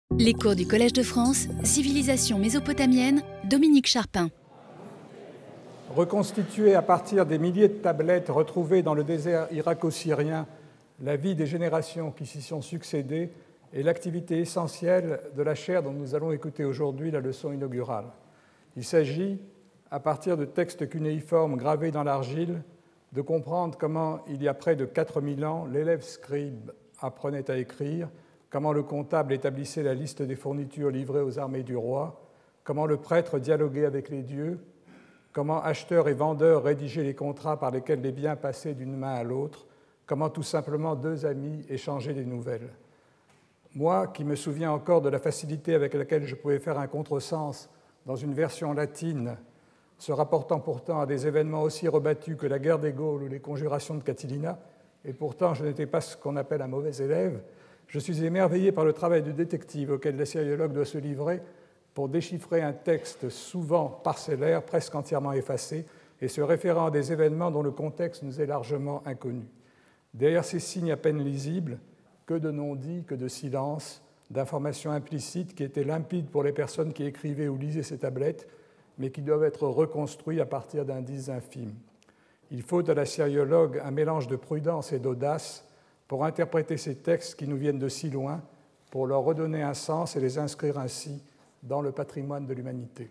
Les cours du Collège de France, Civilisation mésopotamienne, Dominique Charpin. Reconstituer à partir des milliers de tablettes retrouvées dans le désert irako-syrien la vie des générations qui s'y sont succédées est l'activité essentielle de la chaire dont nous allons écouter aujourd'hui la leçon inaugurale. Il s'agit, à partir de textes cunéiformes gravés dans l'argile, de comprendre comment, il y a près de 4000 ans, l'élève scribe apprenait à écrire, comment le comptable établissait la liste des fournitures livrées aux armées du roi, comment le prêtre dialoguait avec les dieux, comment acheteurs et vendeurs rédigeaient les contrats par lesquels les biens passaient d'une main à l'autre, comment tout simplement deux amis échangeaient des nouvelles. Moi, qui me souviens encore de la facilité avec laquelle je pouvais faire un contresens dans une version latine, se rapportant pourtant à des événements aussi rebattus que la guerre des Gaules ou les conjurations de Catilina, et pourtant je n'étais pas ce qu'on appelle un mauvais élève, je suis émerveillé par le travail du détective auquel l'assyriologue doit se livrer pour déchiffrer un texte souvent parcellaire, presque entièrement effacé, et se référant à des événements dont le contexte nous est largement inconnu. Derrière ces signes à peine lisibles, que de non-dits, que de silences, d'informations implicites qui étaient limpides pour les personnes qui écrivaient ou lisaient ces tablettes, mais qui doivent être reconstruits à partir d'indices infimes. Il faut à l'assyriologue un mélange de prudence et d'audace pour interpréter ces textes qui nous viennent de si loin, pour leur redonner un sens et les inscrire ainsi dans le patrimoine de l'humanité.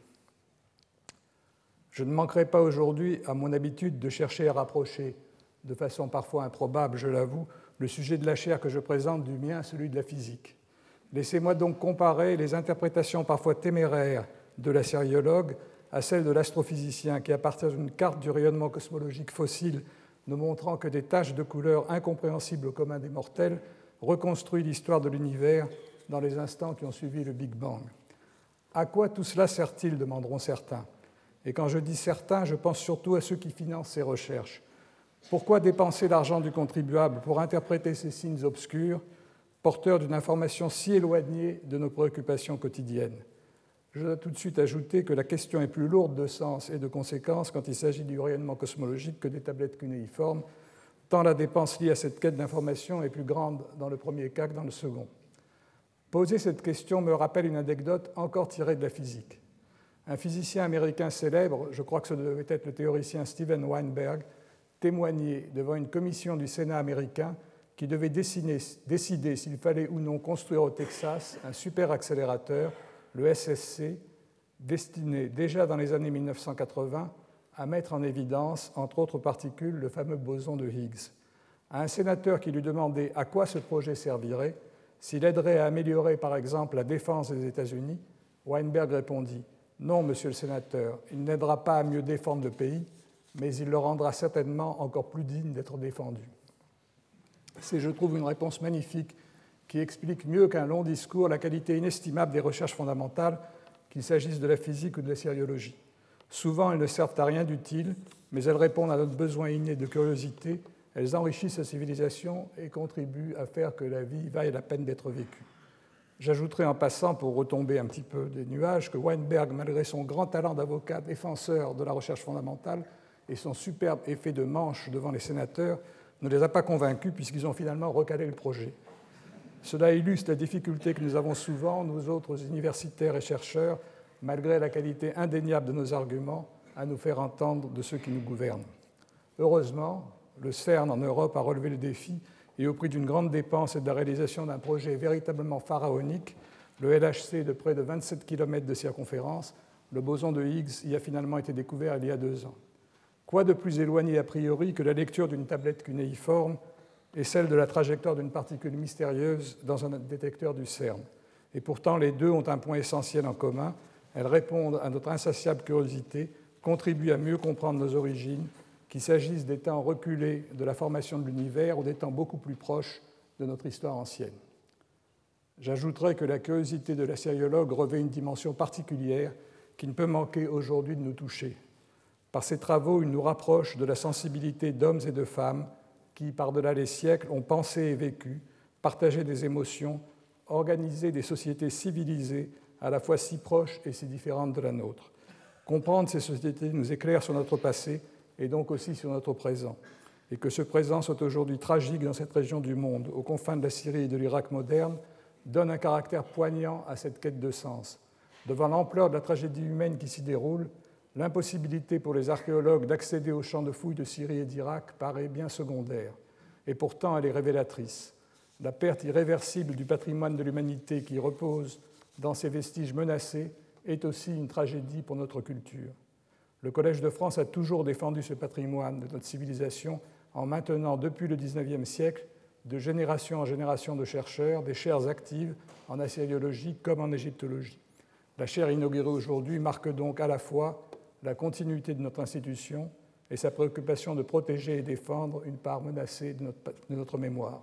Je ne manquerai pas aujourd'hui à mon habitude de chercher à rapprocher, de façon parfois improbable, je l'avoue, le sujet de la chaire que je présente du mien, celui de la physique. Laissez-moi donc comparer les interprétations parfois téméraires de l'assyriologue à celles de l'astrophysicien qui, à partir d'une carte du rayonnement cosmologique fossile ne montrant que des taches de couleurs incompréhensibles au commun des mortels, reconstruit l'histoire de l'univers dans les instants qui ont suivi le Big Bang. À quoi tout cela sert-il, demanderont certains. Et quand je dis certains, je pense surtout à ceux qui financent ces recherches. Pourquoi dépenser l'argent du contribuable pour interpréter ces signes obscurs, porteurs d'une information si éloignée de nos préoccupations quotidiennes ? Je dois tout de suite ajouter que la question est plus lourde de sens et de conséquences quand il s'agit du rayonnement cosmologique que des tablettes cunéiformes, tant la dépense liée à cette quête d'information est plus grande dans le premier cas que dans le second. Poser cette question me rappelle une anecdote encore tirée de la physique. Un physicien américain célèbre, je crois que ce devait être le théoricien Steven Weinberg, témoignait devant une commission du Sénat américain qui devait décider s'il fallait ou non construire au Texas un superaccélérateur, le SSC, destiné déjà dans les années 1980 à mettre en évidence, entre autres particules, le fameux boson de Higgs. À un sénateur qui lui demandait à quoi ce projet servirait, s'il aiderait à améliorer par exemple la défense des États-Unis, Weinberg répondit « Non, monsieur le sénateur, il n'aidera pas à mieux défendre le pays, mais il le rendra certainement encore plus digne d'être défendu. » C'est, je trouve, une réponse magnifique qui explique mieux qu'un long discours la qualité inestimable des recherches fondamentales, qu'il s'agisse de la physique ou de l'assyriologie. Souvent, elles ne servent à rien d'utile, mais elles répondent à notre besoin inné de curiosité, elles enrichissent la civilisation et contribuent à faire que la vie vaille la peine d'être vécue. J'ajouterai en passant, pour retomber un petit peu des nuages, que Weinberg, malgré son grand talent d'avocat défenseur de la recherche fondamentale et son superbe effet de manche devant les sénateurs, ne les a pas convaincus puisqu'ils ont finalement recalé le projet. Cela illustre la difficulté que nous avons souvent, nous autres universitaires et chercheurs, malgré la qualité indéniable de nos arguments, à nous faire entendre de ceux qui nous gouvernent. Heureusement, le CERN en Europe a relevé le défi et au prix d'une grande dépense et de la réalisation d'un projet véritablement pharaonique, le LHC de près de 27 km de circonférence, le boson de Higgs y a finalement été découvert il y a 2 ans. Quoi de plus éloigné a priori que la lecture d'une tablette cunéiforme et celle de la trajectoire d'une particule mystérieuse dans un détecteur du CERN. Et pourtant, les deux ont un point essentiel en commun. Elles répondent à notre insatiable curiosité, contribuent à mieux comprendre nos origines, qu'il s'agisse des temps reculés de la formation de l'univers ou des temps beaucoup plus proches de notre histoire ancienne. J'ajouterai que la curiosité de l'assyriologue revêt une dimension particulière qui ne peut manquer aujourd'hui de nous toucher. Par ses travaux, il nous rapproche de la sensibilité d'hommes et de femmes qui, par-delà les siècles, ont pensé et vécu, partagé des émotions, organisé des sociétés civilisées à la fois si proches et si différentes de la nôtre. Comprendre ces sociétés nous éclaire sur notre passé et donc aussi sur notre présent. Et que ce présent soit aujourd'hui tragique dans cette région du monde, aux confins de la Syrie et de l'Irak moderne, donne un caractère poignant à cette quête de sens. Devant l'ampleur de la tragédie humaine qui s'y déroule, l'impossibilité pour les archéologues d'accéder aux champs de fouilles de Syrie et d'Irak paraît bien secondaire. Et pourtant, elle est révélatrice. La perte irréversible du patrimoine de l'humanité qui repose dans ces vestiges menacés est aussi une tragédie pour notre culture. Le Collège de France a toujours défendu ce patrimoine de notre civilisation en maintenant depuis le XIXe siècle, de génération en génération de chercheurs, des chaires actives en assyriologie comme en égyptologie. La chaire inaugurée aujourd'hui marque donc à la fois la continuité de notre institution et sa préoccupation de protéger et défendre une part menacée de notre mémoire.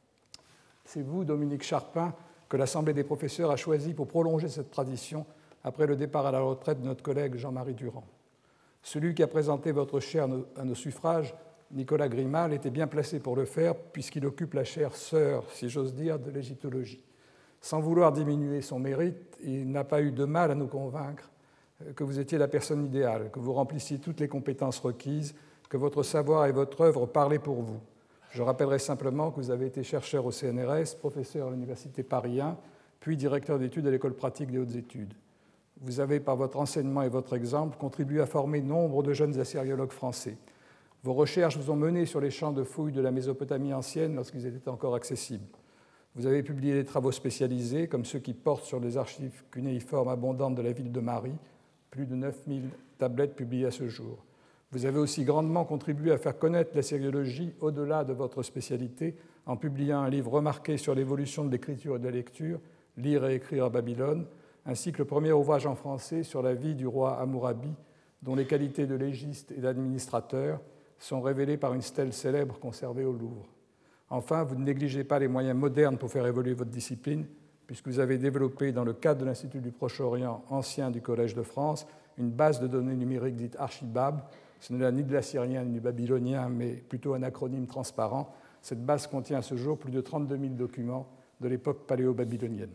C'est vous, Dominique Charpin, que l'Assemblée des professeurs a choisi pour prolonger cette tradition après le départ à la retraite de notre collègue Jean-Marie Durand. Celui qui a présenté votre chaire à nos suffrages, Nicolas Grimal, était bien placé pour le faire puisqu'il occupe la chaire sœur, si j'ose dire, de l'égyptologie. Sans vouloir diminuer son mérite, il n'a pas eu de mal à nous convaincre que vous étiez la personne idéale, que vous remplissiez toutes les compétences requises, que votre savoir et votre œuvre parlaient pour vous. Je rappellerai simplement que vous avez été chercheur au CNRS, professeur à l'Université Paris 1, puis directeur d'études à l'École pratique des hautes études. Vous avez, par votre enseignement et votre exemple, contribué à former nombre de jeunes assyriologues français. Vos recherches vous ont mené sur les champs de fouilles de la Mésopotamie ancienne lorsqu'ils étaient encore accessibles. Vous avez publié des travaux spécialisés, comme ceux qui portent sur les archives cunéiformes abondantes de la ville de Marie, plus de 9000 tablettes publiées à ce jour. Vous avez aussi grandement contribué à faire connaître l'assyriologie au-delà de votre spécialité en publiant un livre remarqué sur l'évolution de l'écriture et de la lecture, Lire et écrire à Babylone, ainsi que le premier ouvrage en français sur la vie du roi Hammurabi, dont les qualités de légiste et d'administrateur sont révélées par une stèle célèbre conservée au Louvre. Enfin, vous ne négligez pas les moyens modernes pour faire évoluer votre discipline, puisque vous avez développé, dans le cadre de l'Institut du Proche-Orient ancien du Collège de France, une base de données numériques dite Archibab. Ce n'est là ni de l'assyrien ni du babylonien, mais plutôt un acronyme transparent. Cette base contient à ce jour plus de 32 000 documents de l'époque paléo-babylonienne.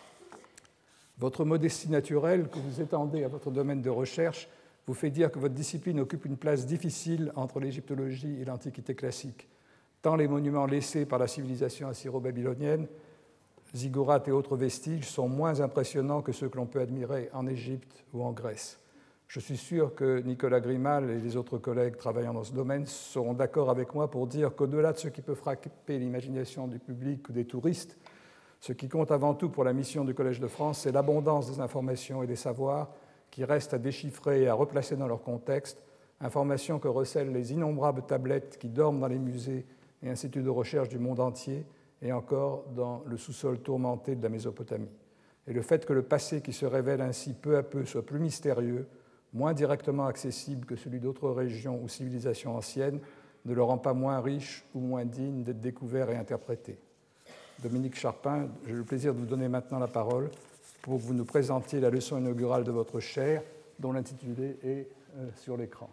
Votre modestie naturelle, que vous étendez à votre domaine de recherche, vous fait dire que votre discipline occupe une place difficile entre l'égyptologie et l'Antiquité classique. Tant les monuments laissés par la civilisation assyro-babylonienne, ziggourats et autres vestiges, sont moins impressionnants que ceux que l'on peut admirer en Égypte ou en Grèce. Je suis sûr que Nicolas Grimal et les autres collègues travaillant dans ce domaine seront d'accord avec moi pour dire qu'au-delà de ce qui peut frapper l'imagination du public ou des touristes, ce qui compte avant tout pour la mission du Collège de France, c'est l'abondance des informations et des savoirs qui restent à déchiffrer et à replacer dans leur contexte, informations que recèlent les innombrables tablettes qui dorment dans les musées et instituts de recherche du monde entier et encore dans le sous-sol tourmenté de la Mésopotamie. Et le fait que le passé qui se révèle ainsi peu à peu soit plus mystérieux, moins directement accessible que celui d'autres régions ou civilisations anciennes, ne le rend pas moins riche ou moins digne d'être découvert et interprété. Dominique Charpin, j'ai le plaisir de vous donner maintenant la parole pour que vous nous présentiez la leçon inaugurale de votre chaire, dont l'intitulé est sur l'écran.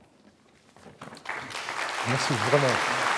Merci, vraiment.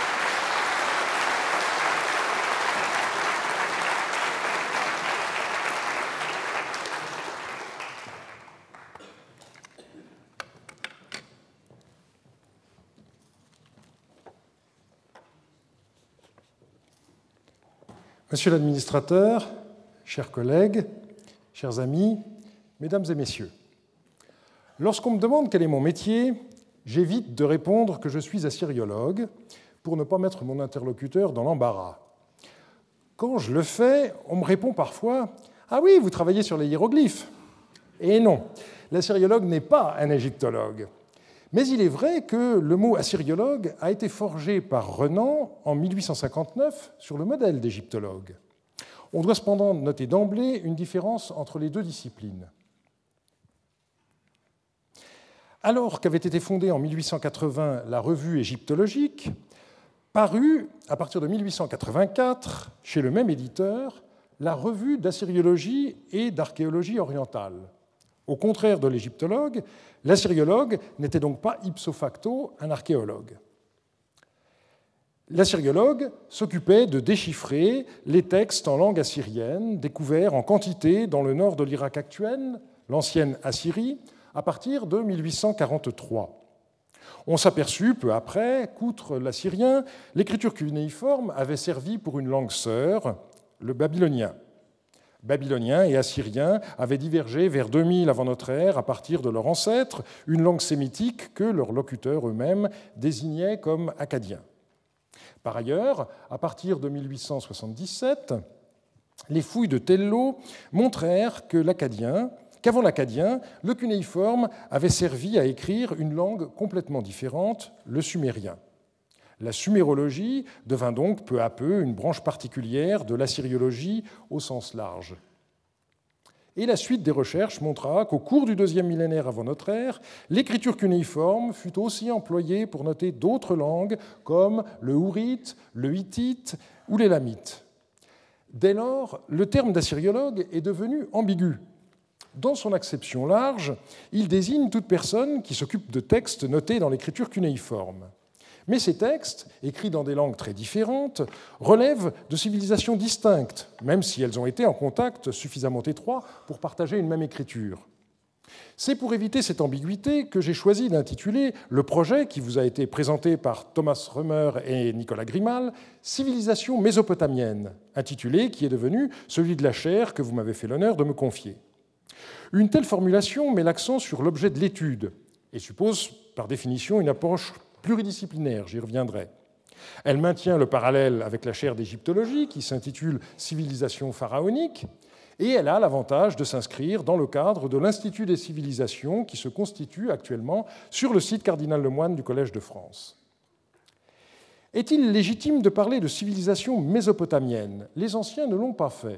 Monsieur l'administrateur, chers collègues, chers amis, mesdames et messieurs, lorsqu'on me demande quel est mon métier, j'évite de répondre que je suis assyriologue pour ne pas mettre mon interlocuteur dans l'embarras. Quand je le fais, on me répond parfois « Ah oui, vous travaillez sur les hiéroglyphes ». Et non, l'assyriologue n'est pas un égyptologue. Mais il est vrai que le mot assyriologue a été forgé par Renan en 1859 sur le modèle d'égyptologue. On doit cependant noter d'emblée une différence entre les deux disciplines. Alors qu'avait été fondée en 1880 la revue égyptologique, parut à partir de 1884, chez le même éditeur, la revue d'assyriologie et d'archéologie orientale. Au contraire de l'égyptologue, l'assyriologue n'était donc pas ipso facto un archéologue. L'assyriologue s'occupait de déchiffrer les textes en langue assyrienne découverts en quantité dans le nord de l'Irak actuel, l'ancienne Assyrie, à partir de 1843. On s'aperçut peu après qu'outre l'assyrien, l'écriture cunéiforme avait servi pour une langue sœur, le babylonien. Babyloniens et Assyriens avaient divergé vers 2000 avant notre ère à partir de leur ancêtre, une langue sémitique que leurs locuteurs eux-mêmes désignaient comme akkadien. Par ailleurs, à partir de 1877, les fouilles de Tello montrèrent qu'avant l'akkadien, le cunéiforme avait servi à écrire une langue complètement différente, le sumérien. La sumérologie devint donc peu à peu une branche particulière de l'assyriologie au sens large. Et la suite des recherches montra qu'au cours du deuxième millénaire avant notre ère, l'écriture cunéiforme fut aussi employée pour noter d'autres langues comme le hourite, le hittite ou l'élamite. Dès lors, le terme d'assyriologue est devenu ambigu. Dans son acception large, il désigne toute personne qui s'occupe de textes notés dans l'écriture cunéiforme. Mais ces textes, écrits dans des langues très différentes, relèvent de civilisations distinctes, même si elles ont été en contact suffisamment étroit pour partager une même écriture. C'est pour éviter cette ambiguïté que j'ai choisi d'intituler le projet qui vous a été présenté par Thomas Römer et Nicolas Grimal, « Civilisation mésopotamienne », intitulé qui est devenu celui de la chaire que vous m'avez fait l'honneur de me confier. Une telle formulation met l'accent sur l'objet de l'étude et suppose par définition une approche pluridisciplinaire, j'y reviendrai. Elle maintient le parallèle avec la chaire d'égyptologie qui s'intitule « Civilisation pharaonique » et elle a l'avantage de s'inscrire dans le cadre de l'Institut des civilisations qui se constitue actuellement sur le site Cardinal Lemoine du Collège de France. Est-il légitime de parler de civilisation mésopotamienne ? Les anciens ne l'ont pas fait.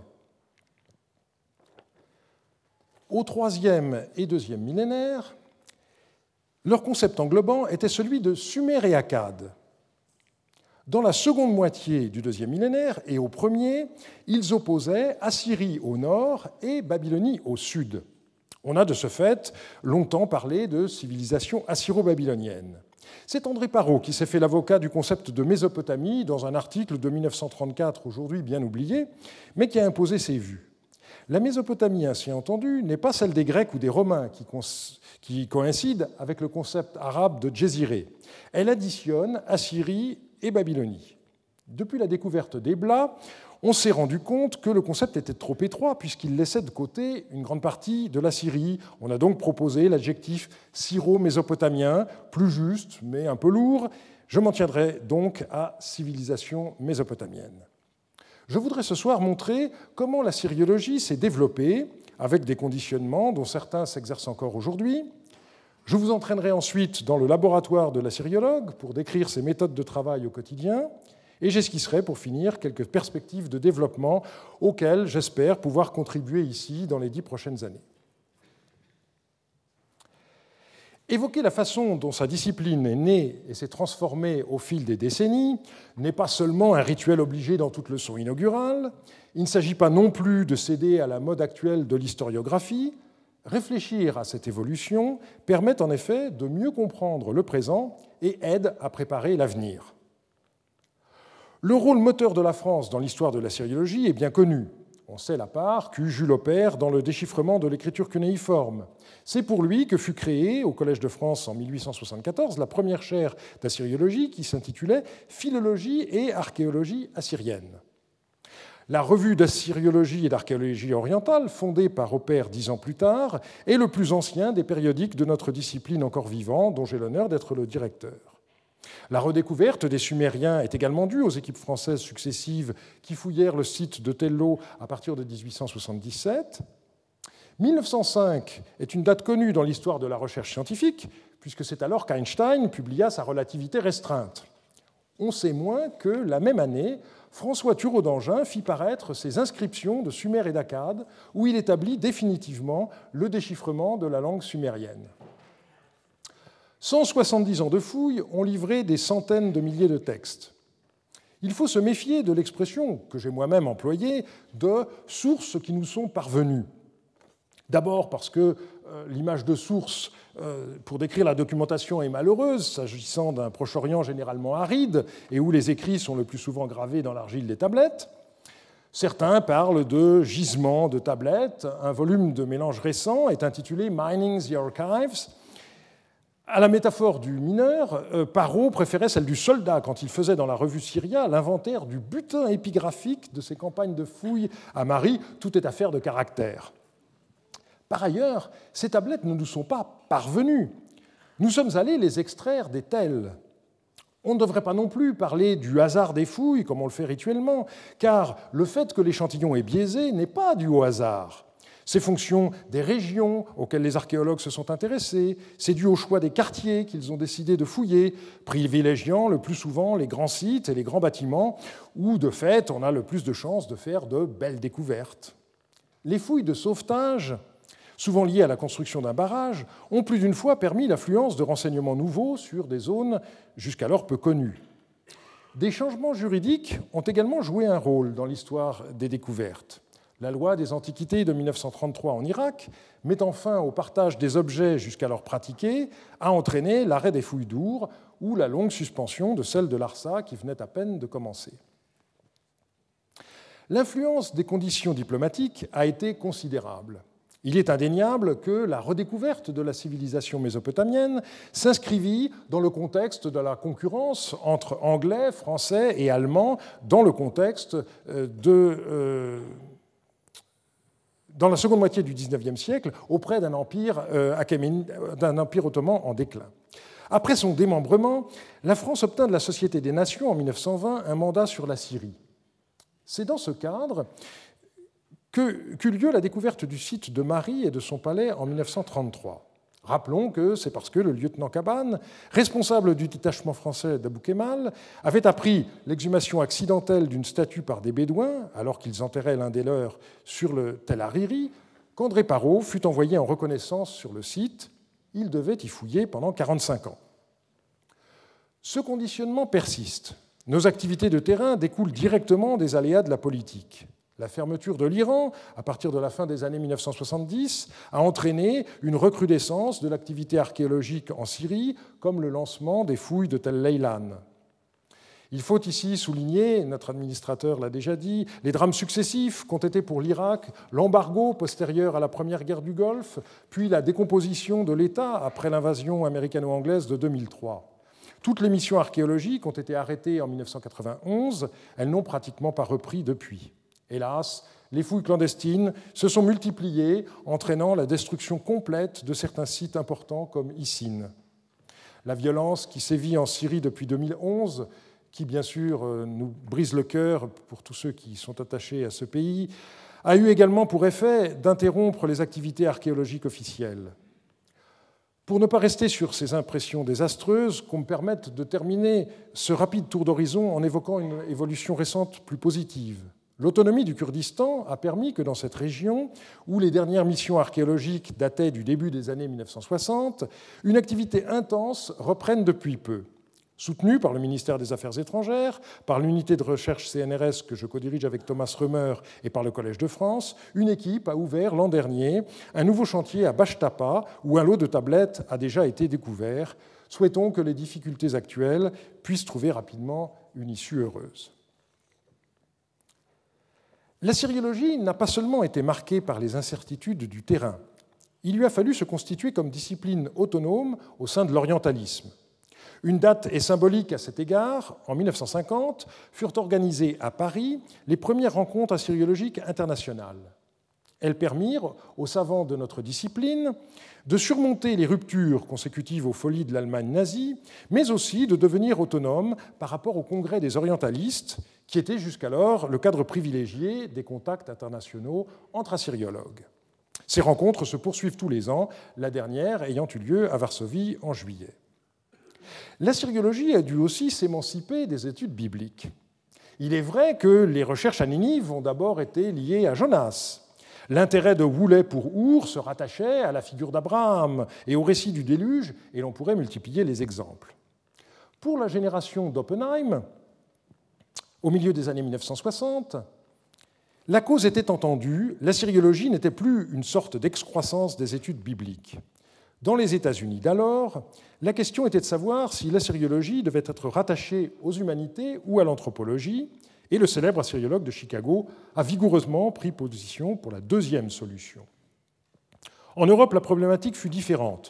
Au IIIe et IIe millénaire, leur concept englobant était celui de Sumer et Akkad. Dans la seconde moitié du deuxième millénaire et au premier, ils opposaient Assyrie au nord et Babylonie au sud. On a de ce fait longtemps parlé de civilisation assyro-babylonienne. C'est André Parrot qui s'est fait l'avocat du concept de Mésopotamie dans un article de 1934, aujourd'hui bien oublié, mais qui a imposé ses vues. La Mésopotamie, ainsi entendue, n'est pas celle des Grecs ou des Romains qui coïncide avec le concept arabe de Djéziré. Elle additionne Assyrie et Babylonie. Depuis la découverte d'Ebla, on s'est rendu compte que le concept était trop étroit puisqu'il laissait de côté une grande partie de la Syrie. On a donc proposé l'adjectif syro-mésopotamien, plus juste mais un peu lourd. Je m'en tiendrai donc à civilisation mésopotamienne. Je voudrais ce soir montrer comment la syriologie s'est développée avec des conditionnements dont certains s'exercent encore aujourd'hui. Je vous entraînerai ensuite dans le laboratoire de l'assyriologue pour décrire ses méthodes de travail au quotidien et j'esquisserai pour finir quelques perspectives de développement auxquelles j'espère pouvoir contribuer ici dans les 10 prochaines années. Évoquer la façon dont sa discipline est née et s'est transformée au fil des décennies n'est pas seulement un rituel obligé dans toute leçon inaugurale, il ne s'agit pas non plus de céder à la mode actuelle de l'historiographie. Réfléchir à cette évolution permet en effet de mieux comprendre le présent et aide à préparer l'avenir. Le rôle moteur de la France dans l'histoire de l'assyriologie est bien connu. On sait la part qu'eut Jules Aubert dans le déchiffrement de l'écriture cunéiforme. C'est pour lui que fut créée au Collège de France en 1874 la première chaire d'assyriologie qui s'intitulait « Philologie et archéologie assyrienne ». La revue d'assyriologie et d'archéologie orientale, fondée par Aubert 10 ans plus tard, est le plus ancien des périodiques de notre discipline encore vivant, dont j'ai l'honneur d'être le directeur. La redécouverte des Sumériens est également due aux équipes françaises successives qui fouillèrent le site de Tello à partir de 1877. 1905 est une date connue dans l'histoire de la recherche scientifique, puisque c'est alors qu'Einstein publia sa relativité restreinte. On sait moins que, la même année, François Thureau d'Angin fit paraître ses inscriptions de Sumer et d'Akkad, où il établit définitivement le déchiffrement de la langue sumérienne. 170 ans de fouilles ont livré des centaines de milliers de textes. Il faut se méfier de l'expression que j'ai moi-même employée de « sources qui nous sont parvenues ». D'abord parce que l'image de source pour décrire la documentation est malheureuse, s'agissant d'un Proche-Orient généralement aride et où les écrits sont le plus souvent gravés dans l'argile des tablettes. Certains parlent de gisements de tablettes. Un volume de mélange récent est intitulé « Mining the Archives ». À la métaphore du mineur, Parrot préférait celle du soldat quand il faisait dans la revue Syria l'inventaire du butin épigraphique de ses campagnes de fouilles à Mari. Tout est affaire de caractère. Par ailleurs, ces tablettes ne nous sont pas parvenues. Nous sommes allés les extraire des tels. On ne devrait pas non plus parler du hasard des fouilles, comme on le fait rituellement, car le fait que l'échantillon est biaisé n'est pas dû au hasard. C'est fonction des régions auxquelles les archéologues se sont intéressés, c'est dû au choix des quartiers qu'ils ont décidé de fouiller, privilégiant le plus souvent les grands sites et les grands bâtiments, où de fait on a le plus de chances de faire de belles découvertes. Les fouilles de sauvetage, souvent liées à la construction d'un barrage, ont plus d'une fois permis l'affluence de renseignements nouveaux sur des zones jusqu'alors peu connues. Des changements juridiques ont également joué un rôle dans l'histoire des découvertes. La loi des Antiquités de 1933 en Irak, mettant fin au partage des objets jusqu'alors pratiqués, a entraîné l'arrêt des fouilles d'Our ou la longue suspension de celle de Larsa qui venait à peine de commencer. L'influence des conditions diplomatiques a été considérable. Il est indéniable que la redécouverte de la civilisation mésopotamienne s'inscrivit dans le contexte de la concurrence entre Anglais, Français et Allemands, dans le contexte dans la seconde moitié du XIXe siècle, auprès d'un empire ottoman en déclin. Après son démembrement, la France obtint de la Société des Nations en 1920 un mandat sur la Syrie. C'est dans ce cadre qu'eut lieu la découverte du site de Mari et de son palais en 1933. Rappelons que c'est parce que le lieutenant Cabane, responsable du détachement français d'Abou Kemal, avait appris l'exhumation accidentelle d'une statue par des Bédouins, alors qu'ils enterraient l'un des leurs sur le Tel Hariri, qu'André Parrot fut envoyé en reconnaissance sur le site. Il devait y fouiller pendant 45 ans. Ce conditionnement persiste. Nos activités de terrain découlent directement des aléas de la politique. La fermeture de l'Iran, à partir de la fin des années 1970, a entraîné une recrudescence de l'activité archéologique en Syrie, comme le lancement des fouilles de Tel Leilan. Il faut ici souligner, notre administrateur l'a déjà dit, les drames successifs qu'ont été pour l'Irak l'embargo postérieur à la première guerre du Golfe, puis la décomposition de l'État après l'invasion américano-anglaise de 2003. Toutes les missions archéologiques ont été arrêtées en 1991, elles n'ont pratiquement pas repris depuis. Hélas, les fouilles clandestines se sont multipliées, entraînant la destruction complète de certains sites importants comme Issine. La violence qui sévit en Syrie depuis 2011, qui bien sûr nous brise le cœur pour tous ceux qui sont attachés à ce pays, a eu également pour effet d'interrompre les activités archéologiques officielles. Pour ne pas rester sur ces impressions désastreuses, qu'on me permette de terminer ce rapide tour d'horizon en évoquant une évolution récente plus positive. L'autonomie du Kurdistan a permis que dans cette région, où les dernières missions archéologiques dataient du début des années 1960, une activité intense reprenne depuis peu. Soutenue par le ministère des Affaires étrangères, par l'unité de recherche CNRS que je codirige avec Thomas Römer et par le Collège de France, une équipe a ouvert l'an dernier un nouveau chantier à Bashtapa où un lot de tablettes a déjà été découvert. Souhaitons que les difficultés actuelles puissent trouver rapidement une issue heureuse. L'assyriologie n'a pas seulement été marquée par les incertitudes du terrain. Il lui a fallu se constituer comme discipline autonome au sein de l'orientalisme. Une date est symbolique à cet égard. En 1950, furent organisées à Paris les premières rencontres assyriologiques internationales. Elles permirent aux savants de notre discipline de surmonter les ruptures consécutives aux folies de l'Allemagne nazie, mais aussi de devenir autonomes par rapport au Congrès des orientalistes, qui était jusqu'alors le cadre privilégié des contacts internationaux entre assyriologues. Ces rencontres se poursuivent tous les ans, la dernière ayant eu lieu à Varsovie en juillet. L'assyriologie a dû aussi s'émanciper des études bibliques. Il est vrai que les recherches à Ninive ont d'abord été liées à Jonas. L'intérêt de Woolley pour Our se rattachait à la figure d'Abraham et au récit du déluge, et l'on pourrait multiplier les exemples. Pour la génération d'Oppenheim, au milieu des années 1960, la cause était entendue, l'assyriologie n'était plus une sorte d'excroissance des études bibliques. Dans les États-Unis d'alors, la question était de savoir si l'assyriologie devait être rattachée aux humanités ou à l'anthropologie, et le célèbre assyriologue de Chicago a vigoureusement pris position pour la deuxième solution. En Europe, la problématique fut différente.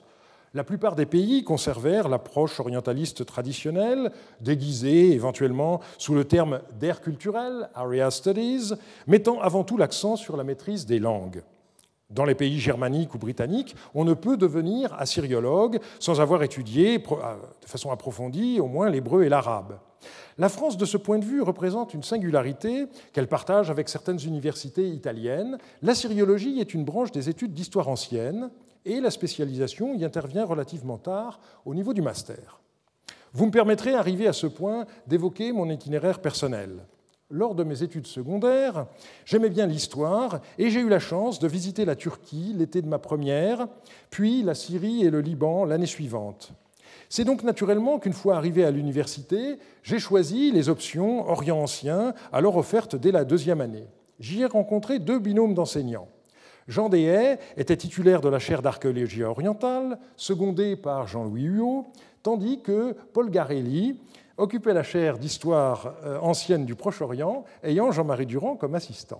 La plupart des pays conservèrent l'approche orientaliste traditionnelle, déguisée éventuellement sous le terme d'aire culturelle, Area Studies, mettant avant tout l'accent sur la maîtrise des langues. Dans les pays germaniques ou britanniques, on ne peut devenir assyriologue sans avoir étudié de façon approfondie au moins l'hébreu et l'arabe. La France, de ce point de vue, représente une singularité qu'elle partage avec certaines universités italiennes. L'assyriologie est une branche des études d'histoire ancienne et la spécialisation y intervient relativement tard au niveau du master. Vous me permettrez, arrivé à ce point, d'évoquer mon itinéraire personnel. Lors de mes études secondaires, j'aimais bien l'histoire et j'ai eu la chance de visiter la Turquie l'été de ma première, puis la Syrie et le Liban l'année suivante. C'est donc naturellement qu'une fois arrivé à l'université, j'ai choisi les options Orient ancien, alors offertes dès la deuxième année. J'y ai rencontré deux binômes d'enseignants. Jean Dehaye était titulaire de la chaire d'archéologie orientale, secondé par Jean-Louis Huot, tandis que Paul Garelli occupait la chaire d'histoire ancienne du Proche-Orient, ayant Jean-Marie Durand comme assistant.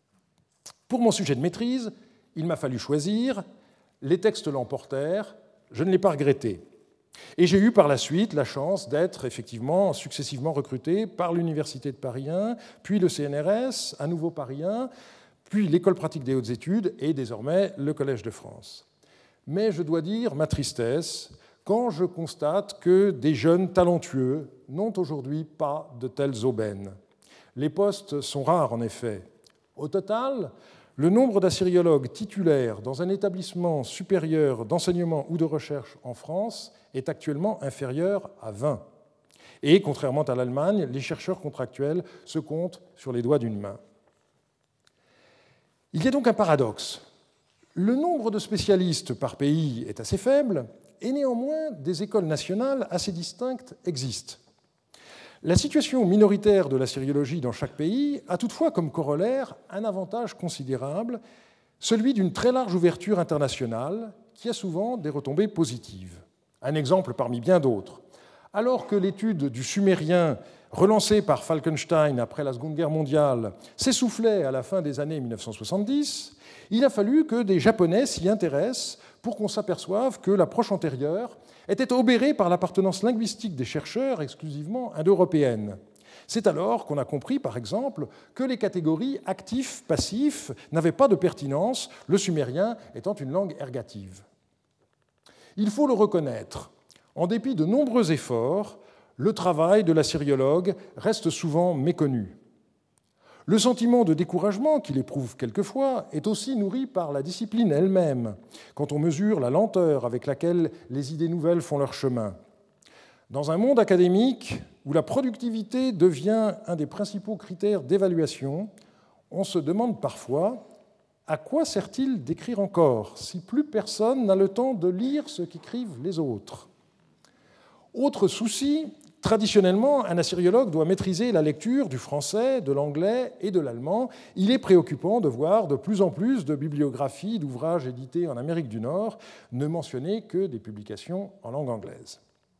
Pour mon sujet de maîtrise, il m'a fallu choisir. Les textes l'emportèrent, je ne l'ai pas regretté. Et j'ai eu par la suite la chance d'être effectivement successivement recruté par l'Université de Paris 1, puis le CNRS, à nouveau Paris 1, puis l'École pratique des hautes études et désormais le Collège de France. Mais je dois dire ma tristesse quand je constate que des jeunes talentueux n'ont aujourd'hui pas de telles aubaines. Les postes sont rares en effet. Au total, le nombre d'assyriologues titulaires dans un établissement supérieur d'enseignement ou de recherche en France est actuellement inférieur à 20. Et contrairement à l'Allemagne, les chercheurs contractuels se comptent sur les doigts d'une main. Il y a donc un paradoxe. Le nombre de spécialistes par pays est assez faible, et néanmoins des écoles nationales assez distinctes existent. La situation minoritaire de l'assyriologie dans chaque pays a toutefois comme corollaire un avantage considérable, celui d'une très large ouverture internationale qui a souvent des retombées positives. Un exemple parmi bien d'autres. Alors que l'étude du sumérien, relancée par Falkenstein après la Seconde Guerre mondiale, s'essoufflait à la fin des années 1970, il a fallu que des Japonais s'y intéressent pour qu'on s'aperçoive que l'approche antérieure était obérée par l'appartenance linguistique des chercheurs exclusivement indo-européenne. C'est alors qu'on a compris, par exemple, que les catégories actif-passif n'avaient pas de pertinence, le sumérien étant une langue ergative. Il faut le reconnaître, en dépit de nombreux efforts, le travail de l'assyriologue reste souvent méconnu. Le sentiment de découragement qu'il éprouve quelquefois est aussi nourri par la discipline elle-même, quand on mesure la lenteur avec laquelle les idées nouvelles font leur chemin. Dans un monde académique où la productivité devient un des principaux critères d'évaluation, on se demande parfois à quoi sert-il d'écrire encore si plus personne n'a le temps de lire ce qu'écrivent les autres. Autre souci, traditionnellement, un assyriologue doit maîtriser la lecture du français, de l'anglais et de l'allemand. Il est préoccupant de voir de plus en plus de bibliographies, d'ouvrages édités en Amérique du Nord, ne mentionner que des publications en langue anglaise.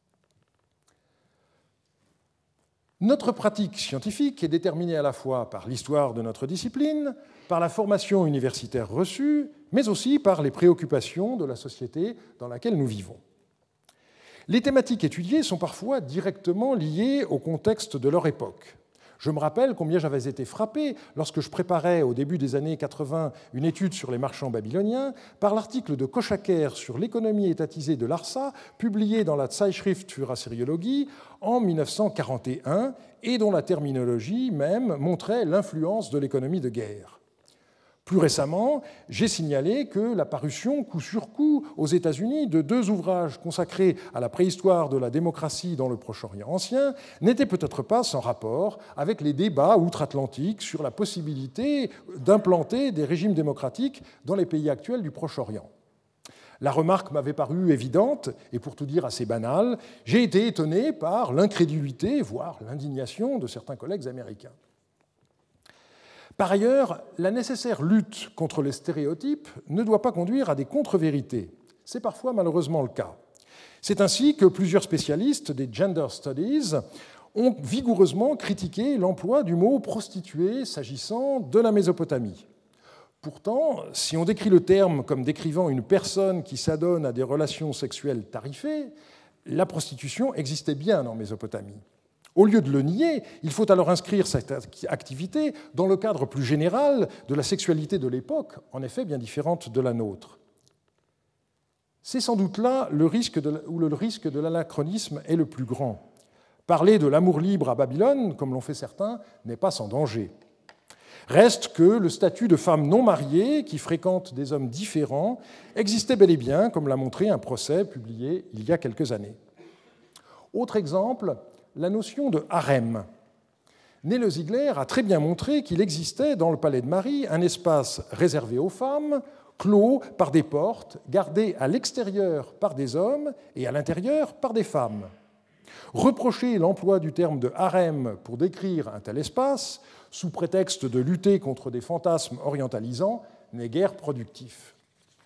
Notre pratique scientifique est déterminée à la fois par l'histoire de notre discipline, par la formation universitaire reçue, mais aussi par les préoccupations de la société dans laquelle nous vivons. Les thématiques étudiées sont parfois directement liées au contexte de leur époque. Je me rappelle combien j'avais été frappé lorsque je préparais au début des années 80 une étude sur les marchands babyloniens par l'article de Kochaker sur l'économie étatisée de Larsa, publié dans la Zeitschrift für Assyriologie en 1941 et dont la terminologie même montrait l'influence de l'économie de guerre. Plus récemment, j'ai signalé que la parution coup sur coup aux États-Unis de 2 ouvrages consacrés à la préhistoire de la démocratie dans le Proche-Orient ancien n'était peut-être pas sans rapport avec les débats outre-Atlantique sur la possibilité d'implanter des régimes démocratiques dans les pays actuels du Proche-Orient. La remarque m'avait paru évidente et pour tout dire assez banale. J'ai été étonné par l'incrédulité, voire l'indignation de certains collègues américains. Par ailleurs, la nécessaire lutte contre les stéréotypes ne doit pas conduire à des contre-vérités. C'est parfois malheureusement le cas. C'est ainsi que plusieurs spécialistes des gender studies ont vigoureusement critiqué l'emploi du mot prostituée s'agissant de la Mésopotamie. Pourtant, si on décrit le terme comme décrivant une personne qui s'adonne à des relations sexuelles tarifées, la prostitution existait bien en Mésopotamie. Au lieu de le nier, il faut alors inscrire cette activité dans le cadre plus général de la sexualité de l'époque, en effet bien différente de la nôtre. C'est sans doute là où le risque de l'anachronisme est le plus grand. Parler de l'amour libre à Babylone, comme l'ont fait certains, n'est pas sans danger. Reste que le statut de femme non mariée, qui fréquente des hommes différents, existait bel et bien, comme l'a montré un procès publié il y a quelques années. Autre exemple, la notion de harem. Nele Ziegler a très bien montré qu'il existait dans le palais de Marie un espace réservé aux femmes, clos par des portes, gardé à l'extérieur par des hommes et à l'intérieur par des femmes. Reprocher l'emploi du terme de harem pour décrire un tel espace, sous prétexte de lutter contre des fantasmes orientalisants, n'est guère productif.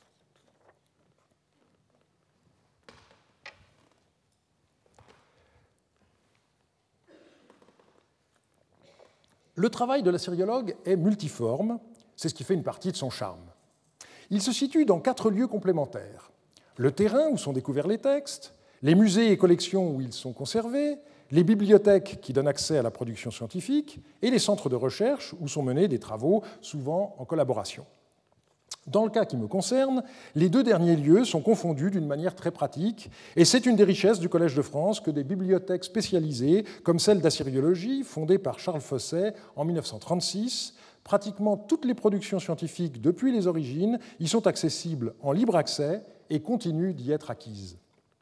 Le travail de l'assyriologue est multiforme, c'est ce qui fait une partie de son charme. Il se situe dans 4 lieux complémentaires. Le terrain où sont découverts les textes, les musées et collections où ils sont conservés, les bibliothèques qui donnent accès à la production scientifique et les centres de recherche où sont menés des travaux, souvent en collaboration. Dans le cas qui me concerne, les 2 derniers lieux sont confondus d'une manière très pratique, et c'est une des richesses du Collège de France que des bibliothèques spécialisées, comme celle d'assyriologie, fondée par Charles Fosset en 1936, pratiquement toutes les productions scientifiques depuis les origines y sont accessibles en libre accès et continuent d'y être acquises.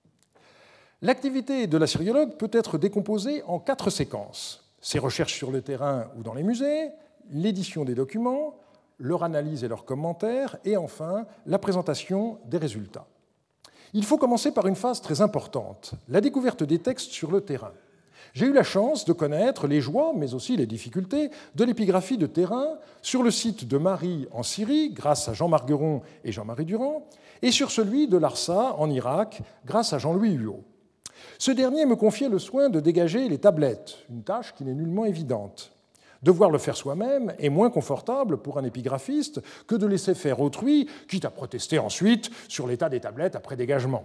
L'activité de l'assyriologue peut être décomposée en 4 séquences. Ses recherches sur le terrain ou dans les musées, l'édition des documents, leur analyse et leurs commentaires, et enfin la présentation des résultats. Il faut commencer par une phase très importante, la découverte des textes sur le terrain. J'ai eu la chance de connaître les joies, mais aussi les difficultés, de l'épigraphie de terrain sur le site de Marie en Syrie, grâce à Jean Margueron et Jean-Marie Durand, et sur celui de Larsa en Irak, grâce à Jean-Louis Huot. Ce dernier me confiait le soin de dégager les tablettes, une tâche qui n'est nullement évidente. Devoir le faire soi-même est moins confortable pour un épigraphiste que de laisser faire autrui, quitte à protester ensuite sur l'état des tablettes après dégagement.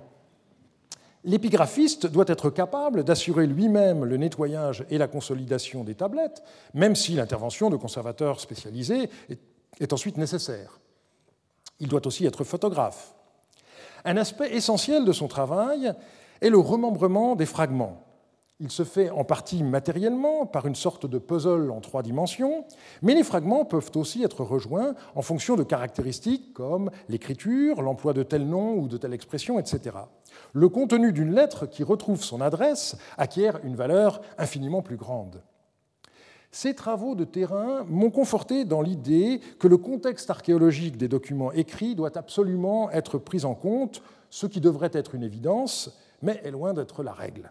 L'épigraphiste doit être capable d'assurer lui-même le nettoyage et la consolidation des tablettes, même si l'intervention de conservateurs spécialisés est ensuite nécessaire. Il doit aussi être photographe. Un aspect essentiel de son travail est le remembrement des fragments. Il se fait en partie matériellement, par une sorte de puzzle en 3 dimensions, mais les fragments peuvent aussi être rejoints en fonction de caractéristiques comme l'écriture, l'emploi de tel nom ou de telle expression, etc. Le contenu d'une lettre qui retrouve son adresse acquiert une valeur infiniment plus grande. Ces travaux de terrain m'ont conforté dans l'idée que le contexte archéologique des documents écrits doit absolument être pris en compte, ce qui devrait être une évidence, mais est loin d'être la règle.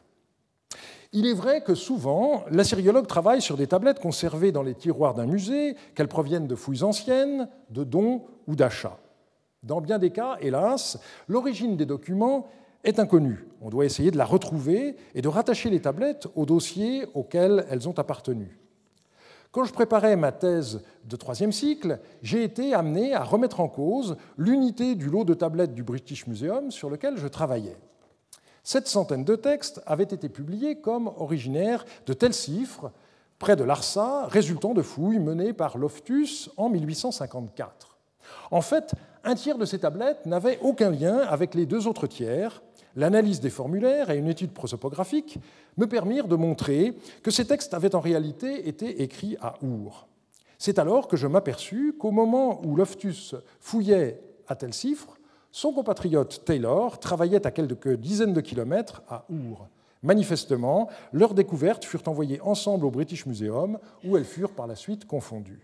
Il est vrai que souvent, l'assyriologue travaille sur des tablettes conservées dans les tiroirs d'un musée, qu'elles proviennent de fouilles anciennes, de dons ou d'achats. Dans bien des cas, hélas, l'origine des documents est inconnue. On doit essayer de la retrouver et de rattacher les tablettes aux dossiers auxquels elles ont appartenu. Quand je préparais ma thèse de 3e cycle, j'ai été amené à remettre en cause l'unité du lot de tablettes du British Museum sur lequel je travaillais. Cette centaine de textes avaient été publiés comme originaires de Tel-Sifre, près de Larsa, résultant de fouilles menées par Loftus en 1854. En fait, un tiers de ces tablettes n'avaient aucun lien avec les 2 autres tiers. L'analyse des formulaires et une étude prosopographique me permirent de montrer que ces textes avaient en réalité été écrits à Our. C'est alors que je m'aperçus qu'au moment où Loftus fouillait à Tel-Sifre, son compatriote Taylor travaillait à quelques dizaines de kilomètres à Our. Manifestement, leurs découvertes furent envoyées ensemble au British Museum, où elles furent par la suite confondues.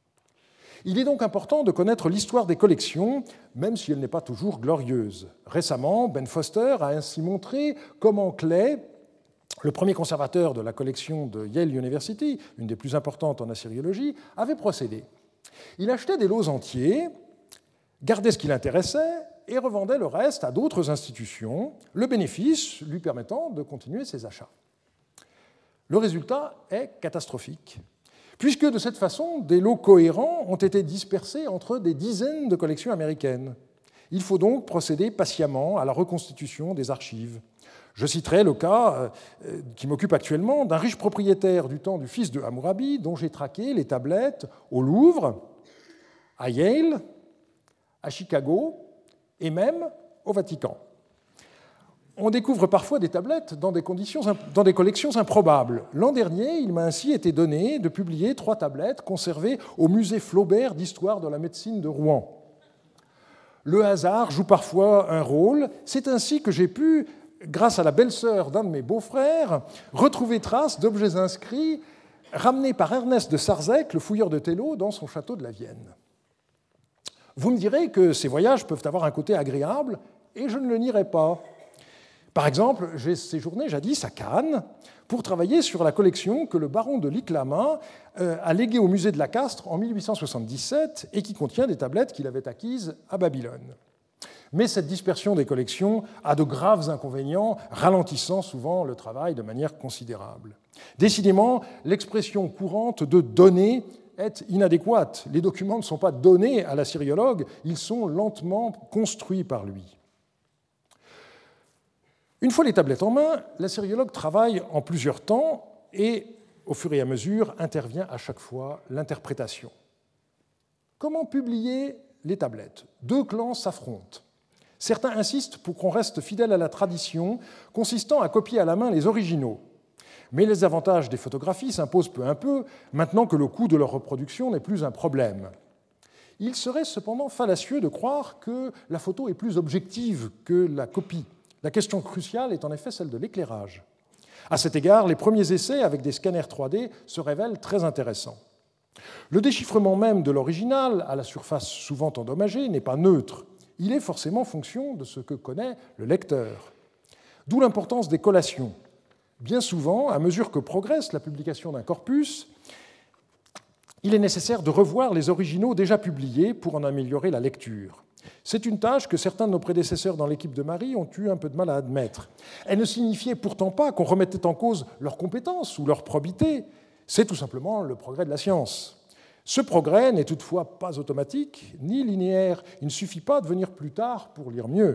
Il est donc important de connaître l'histoire des collections, même si elle n'est pas toujours glorieuse. Récemment, Ben Foster a ainsi montré comment Clay, le premier conservateur de la collection de Yale University, une des plus importantes en assyriologie, avait procédé. Il achetait des lots entiers, gardait ce qui l'intéressait et revendait le reste à d'autres institutions, le bénéfice lui permettant de continuer ses achats. Le résultat est catastrophique. puisque de cette façon, des lots cohérents ont été dispersés entre des dizaines de collections américaines. Il faut donc procéder patiemment à la reconstitution des archives. Je citerai le cas qui m'occupe actuellement d'un riche propriétaire du temps du fils de Hammurabi, dont j'ai traqué les tablettes au Louvre, à Yale, à Chicago et même au Vatican. On découvre parfois des tablettes dans des collections improbables. L'an dernier, il m'a ainsi été donné de publier 3 tablettes conservées au musée Flaubert d'histoire de la médecine de Rouen. Le hasard joue parfois un rôle. C'est ainsi que j'ai pu, grâce à la belle-sœur d'un de mes beaux-frères, retrouver trace d'objets inscrits ramenés par Ernest de Sarzec, le fouilleur de Tello, dans son château de la Vienne. Vous me direz que ces voyages peuvent avoir un côté agréable, et je ne le nierai pas. Par exemple, j'ai séjourné jadis à Cannes pour travailler sur la collection que le baron de Liclama a léguée au musée de la Castre en 1877 et qui contient des tablettes qu'il avait acquises à Babylone. Mais cette dispersion des collections a de graves inconvénients, ralentissant souvent le travail de manière considérable. Décidément, l'expression courante de « donner » est inadéquate. Les documents ne sont pas donnés à l'assyriologue, ils sont lentement construits par lui. Une fois les tablettes en main, l'assyriologue travaille en plusieurs temps et, au fur et à mesure, intervient à chaque fois l'interprétation. Comment publier les tablettes ? 2 clans s'affrontent. Certains insistent pour qu'on reste fidèle à la tradition, consistant à copier à la main les originaux. Mais les avantages des photographies s'imposent peu à peu, maintenant que le coût de leur reproduction n'est plus un problème. Il serait cependant fallacieux de croire que la photo est plus objective que la copie. La question cruciale est en effet celle de l'éclairage. À cet égard, les premiers essais avec des scanners 3D se révèlent très intéressants. Le déchiffrement même de l'original, à la surface souvent endommagée, n'est pas neutre. Il est forcément fonction de ce que connaît le lecteur. D'où l'importance des collations. Bien souvent, à mesure que progresse la publication d'un corpus, il est nécessaire de revoir les originaux déjà publiés pour en améliorer la lecture. C'est une tâche que certains de nos prédécesseurs dans l'équipe de Marie ont eu un peu de mal à admettre. Elle ne signifiait pourtant pas qu'on remettait en cause leurs compétences ou leur probité. C'est tout simplement le progrès de la science. Ce progrès n'est toutefois pas automatique ni linéaire. Il ne suffit pas de venir plus tard pour lire mieux.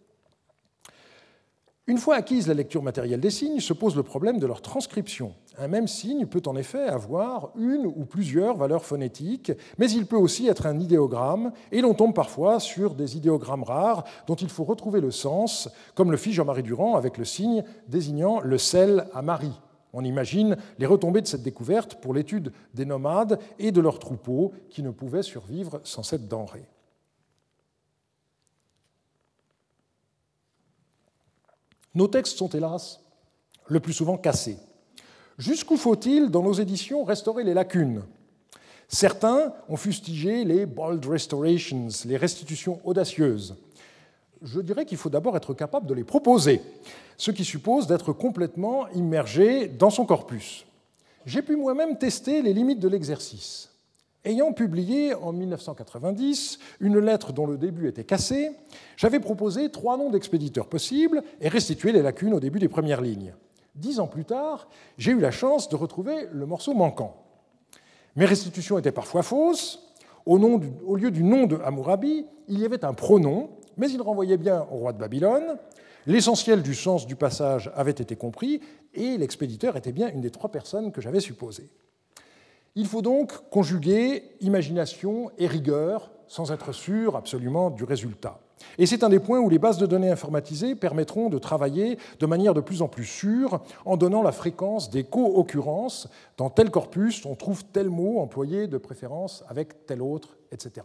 Une fois acquise la lecture matérielle des signes, se pose le problème de leur transcription. Un même signe peut en effet avoir une ou plusieurs valeurs phonétiques, mais il peut aussi être un idéogramme, et l'on tombe parfois sur des idéogrammes rares dont il faut retrouver le sens, comme le fit Jean-Marie Durand avec le signe désignant le sel à Marie. On imagine les retombées de cette découverte pour l'étude des nomades et de leurs troupeaux qui ne pouvaient survivre sans cette denrée. Nos textes sont hélas le plus souvent cassés. Jusqu'où faut-il, dans nos éditions, restaurer les lacunes ? Certains ont fustigé les bold restorations, les restitutions audacieuses. Je dirais qu'il faut d'abord être capable de les proposer, ce qui suppose d'être complètement immergé dans son corpus. J'ai pu moi-même tester les limites de l'exercice. Ayant publié en 1990 une lettre dont le début était cassé, j'avais proposé 3 noms d'expéditeurs possibles et restitué les lacunes au début des premières lignes. 10 ans plus tard, j'ai eu la chance de retrouver le morceau manquant. Mes restitutions étaient parfois fausses. Au lieu du nom de Hammurabi, il y avait un pronom, mais il renvoyait bien au roi de Babylone. L'essentiel du sens du passage avait été compris et l'expéditeur était bien une des 3 personnes que j'avais supposées. Il faut donc conjuguer imagination et rigueur sans être sûr absolument du résultat. Et c'est un des points où les bases de données informatisées permettront de travailler de manière de plus en plus sûre en donnant la fréquence des co-occurrences. Dans tel corpus, on trouve tel mot employé de préférence avec tel autre, etc.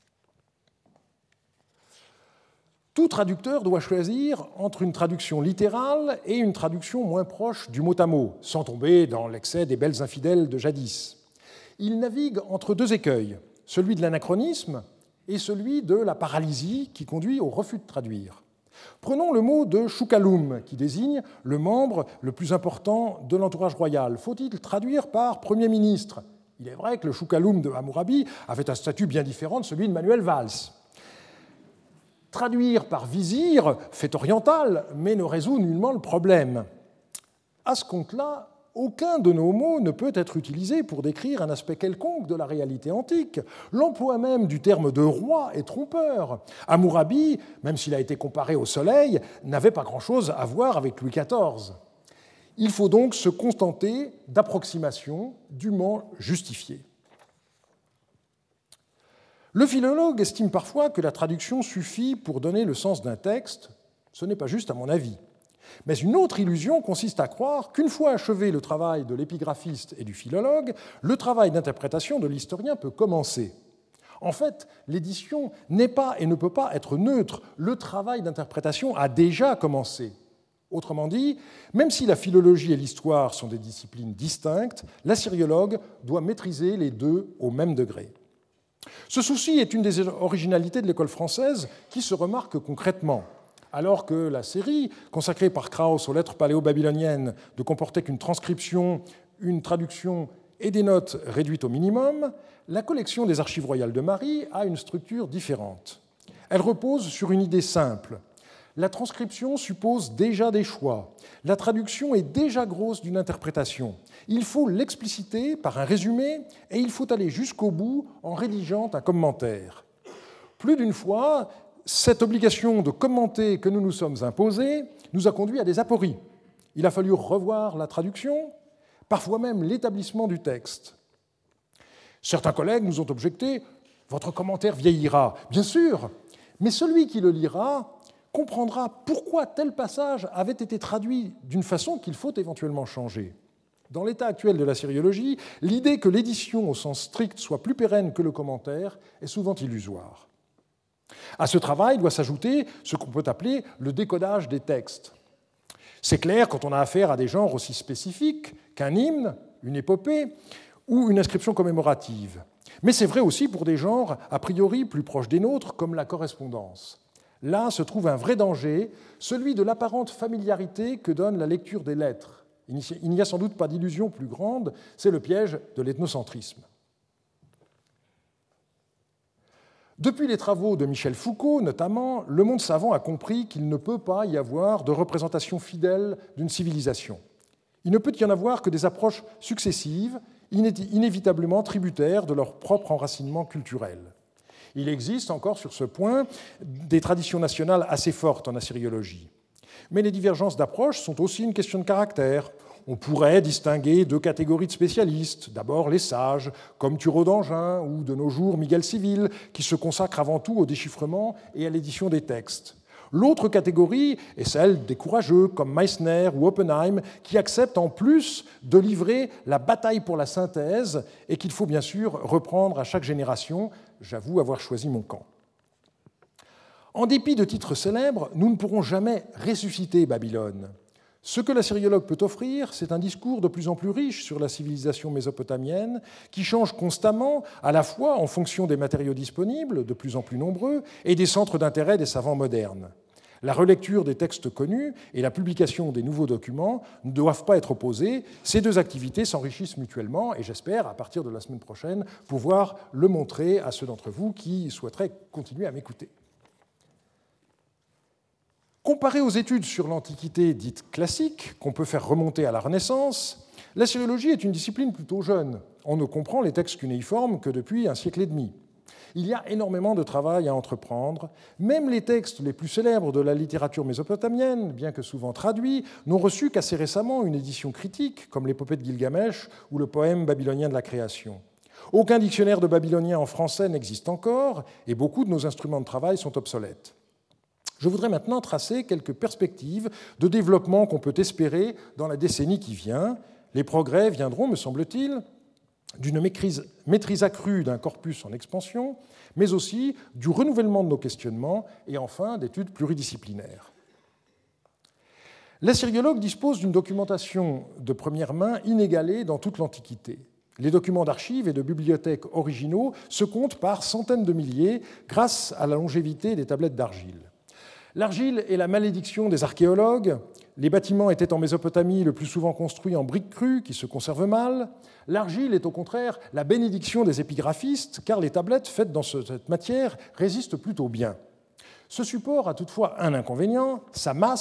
Tout traducteur doit choisir entre une traduction littérale et une traduction moins proche du mot à mot, sans tomber dans l'excès des belles infidèles de jadis. Il navigue entre 2 écueils, celui de l'anachronisme et celui de la paralysie qui conduit au refus de traduire. Prenons le mot de Shoukalum, qui désigne le membre le plus important de l'entourage royal. Faut-il traduire par Premier ministre ? Il est vrai que le Shoukalum de Hammurabi avait un statut bien différent de celui de Manuel Valls. Traduire par vizir, fait oriental, mais ne résout nullement le problème. À ce compte-là, aucun de nos mots ne peut être utilisé pour décrire un aspect quelconque de la réalité antique. L'emploi même du terme de roi est trompeur. Hammurabi, même s'il a été comparé au soleil, n'avait pas grand-chose à voir avec Louis XIV. Il faut donc se contenter d'approximations dûment justifiées. Le philologue estime parfois que la traduction suffit pour donner le sens d'un texte. Ce n'est pas juste à mon avis. Mais une autre illusion consiste à croire qu'une fois achevé le travail de l'épigraphiste et du philologue, le travail d'interprétation de l'historien peut commencer. En fait, l'édition n'est pas et ne peut pas être neutre. Le travail d'interprétation a déjà commencé. Autrement dit, même si la philologie et l'histoire sont des disciplines distinctes, l'assyriologue doit maîtriser les deux au même degré. Ce souci est une des originalités de l'école française qui se remarque concrètement. Alors que la série consacrée par Krauss aux lettres paléo-babyloniennes ne comportait qu'une transcription, une traduction et des notes réduites au minimum, la collection des Archives royales de Marie a une structure différente. Elle repose sur une idée simple. La transcription suppose déjà des choix. La traduction est déjà grosse d'une interprétation. Il faut l'expliciter par un résumé et il faut aller jusqu'au bout en rédigeant un commentaire. Plus d'une fois, cette obligation de commenter que nous nous sommes imposés nous a conduit à des apories. Il a fallu revoir la traduction, parfois même l'établissement du texte. Certains collègues nous ont objecté « Votre commentaire vieillira ». Bien sûr, mais celui qui le lira comprendra pourquoi tel passage avait été traduit d'une façon qu'il faut éventuellement changer. Dans l'état actuel de la syriologie, l'idée que l'édition au sens strict soit plus pérenne que le commentaire est souvent illusoire. À ce travail doit s'ajouter ce qu'on peut appeler le décodage des textes. C'est clair quand on a affaire à des genres aussi spécifiques qu'un hymne, une épopée ou une inscription commémorative. Mais c'est vrai aussi pour des genres a priori plus proches des nôtres, comme la correspondance. Là se trouve un vrai danger, celui de l'apparente familiarité que donne la lecture des lettres. Il n'y a sans doute pas d'illusion plus grande, c'est le piège de l'ethnocentrisme. Depuis les travaux de Michel Foucault, notamment, le monde savant a compris qu'il ne peut pas y avoir de représentation fidèle d'une civilisation. Il ne peut y en avoir que des approches successives, inévitablement tributaires de leur propre enracinement culturel. Il existe encore sur ce point des traditions nationales assez fortes en assyriologie. Mais les divergences d'approche sont aussi une question de caractère. On pourrait distinguer deux catégories de spécialistes. D'abord les sages, comme Thureau d'Angin ou de nos jours Miguel Civil, qui se consacrent avant tout au déchiffrement et à l'édition des textes. L'autre catégorie est celle des courageux, comme Meissner ou Oppenheim, qui acceptent en plus de livrer la bataille pour la synthèse et qu'il faut bien sûr reprendre à chaque génération. J'avoue avoir choisi mon camp. En dépit de titres célèbres, nous ne pourrons jamais ressusciter Babylone. Ce que l'assyriologue peut offrir, c'est un discours de plus en plus riche sur la civilisation mésopotamienne, qui change constamment, à la fois en fonction des matériaux disponibles, de plus en plus nombreux, et des centres d'intérêt des savants modernes. La relecture des textes connus et la publication des nouveaux documents ne doivent pas être opposées. Ces deux activités s'enrichissent mutuellement et j'espère, à partir de la semaine prochaine, pouvoir le montrer à ceux d'entre vous qui souhaiteraient continuer à m'écouter. Comparé aux études sur l'Antiquité dite classique, qu'on peut faire remonter à la Renaissance, l'assyriologie est une discipline plutôt jeune. On ne comprend les textes cunéiformes que depuis un siècle et demi. Il y a énormément de travail à entreprendre. Même les textes les plus célèbres de la littérature mésopotamienne, bien que souvent traduits, n'ont reçu qu'assez récemment une édition critique, comme l'épopée de Gilgamesh ou le poème babylonien de la création. Aucun dictionnaire de babylonien en français n'existe encore, et beaucoup de nos instruments de travail sont obsolètes. Je voudrais maintenant tracer quelques perspectives de développement qu'on peut espérer dans la décennie qui vient. Les progrès viendront, me semble-t-il, d'une maîtrise accrue d'un corpus en expansion, mais aussi du renouvellement de nos questionnements et enfin d'études pluridisciplinaires. L'assyriologue dispose d'une documentation de première main inégalée dans toute l'Antiquité. Les documents d'archives et de bibliothèques originaux se comptent par centaines de milliers grâce à la longévité des tablettes d'argile. L'argile est la malédiction des archéologues. Les bâtiments étaient en Mésopotamie le plus souvent construits en briques crues qui se conservent mal. L'argile est au contraire la bénédiction des épigraphistes, car les tablettes faites dans cette matière résistent plutôt bien. Ce support a toutefois un inconvénient, sa masse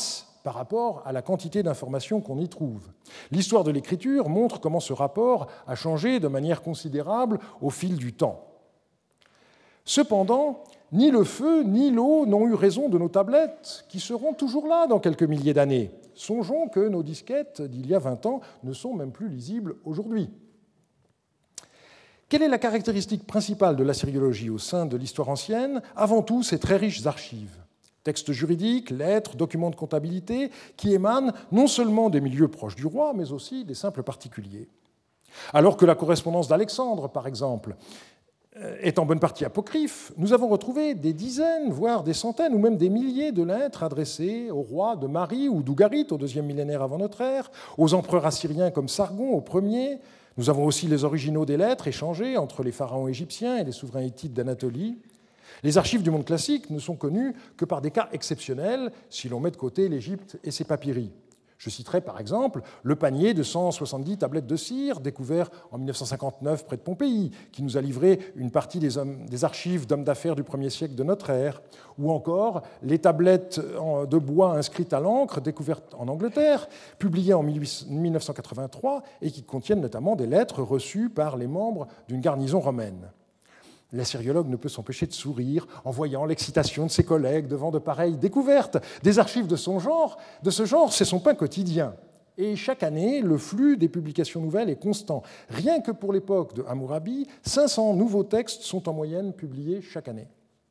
par rapport à la quantité d'informations qu'on y trouve. L'histoire de l'écriture montre comment ce rapport a changé de manière considérable au fil du temps. Cependant, ni le feu ni l'eau n'ont eu raison de nos tablettes, qui seront toujours là dans quelques milliers d'années. Songeons que nos disquettes d'il y a 20 ans ne sont même plus lisibles aujourd'hui. Quelle est la caractéristique principale de l'assyriologie au sein de l'histoire ancienne ? Avant tout, ses très riches archives. Textes juridiques, lettres, documents de comptabilité, qui émanent non seulement des milieux proches du roi, mais aussi des simples particuliers. Alors que la correspondance d'Alexandre, par exemple, est en bonne partie apocryphe, nous avons retrouvé des dizaines, voire des centaines, ou même des milliers de lettres adressées aux rois de Mari ou d'Ougarit au IIe millénaire avant notre ère, aux empereurs assyriens comme Sargon au premier. Nous avons aussi les originaux des lettres échangées entre les pharaons égyptiens et les souverains hittites d'Anatolie. Les archives du monde classique ne sont connues que par des cas exceptionnels, si l'on met de côté l'Égypte et ses papyri. Je citerai par exemple le panier de 170 tablettes de cire découvert en 1959 près de Pompéi, qui nous a livré une partie des archives d'hommes d'affaires du 1er siècle de notre ère, ou encore les tablettes de bois inscrites à l'encre découvertes en Angleterre, publiées en 1983 et qui contiennent notamment des lettres reçues par les membres d'une garnison romaine. L'assyriologue ne peut s'empêcher de sourire en voyant l'excitation de ses collègues devant de pareilles découvertes. Des archives de ce genre, c'est son pain quotidien. Et chaque année, le flux des publications nouvelles est constant. Rien que pour l'époque de Hammurabi, 500 nouveaux textes sont en moyenne publiés chaque année.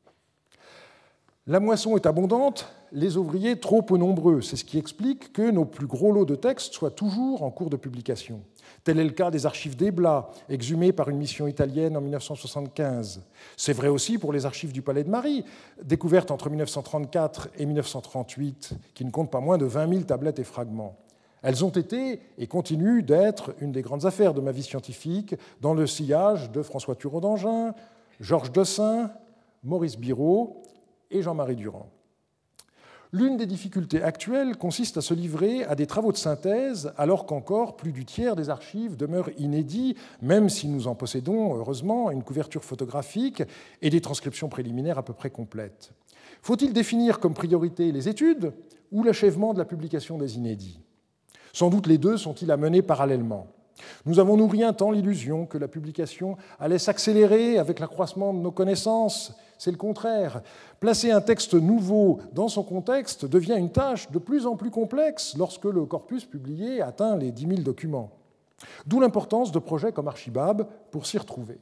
La moisson est abondante, les ouvriers trop peu nombreux. C'est ce qui explique que nos plus gros lots de textes soient toujours en cours de publication. Tel est le cas des archives d'Ebla, exhumées par une mission italienne en 1975. C'est vrai aussi pour les archives du Palais de Mari, découvertes entre 1934 et 1938, qui ne comptent pas moins de 20 000 tablettes et fragments. Elles ont été et continuent d'être une des grandes affaires de ma vie scientifique, dans le sillage de François Thureau d'Angin, Georges Dossin, Maurice Biraud et Jean-Marie Durand. L'une des difficultés actuelles consiste à se livrer à des travaux de synthèse alors qu'encore plus du tiers des archives demeurent inédits, même si nous en possédons, heureusement, une couverture photographique et des transcriptions préliminaires à peu près complètes. Faut-il définir comme priorité les études ou l'achèvement de la publication des inédits ? Sans doute les deux sont-ils à mener parallèlement. Nous avons nourri un temps l'illusion que la publication allait s'accélérer avec l'accroissement de nos connaissances. C'est le contraire. Placer un texte nouveau dans son contexte devient une tâche de plus en plus complexe lorsque le corpus publié atteint les 10 000 documents. D'où l'importance de projets comme Archibab pour s'y retrouver.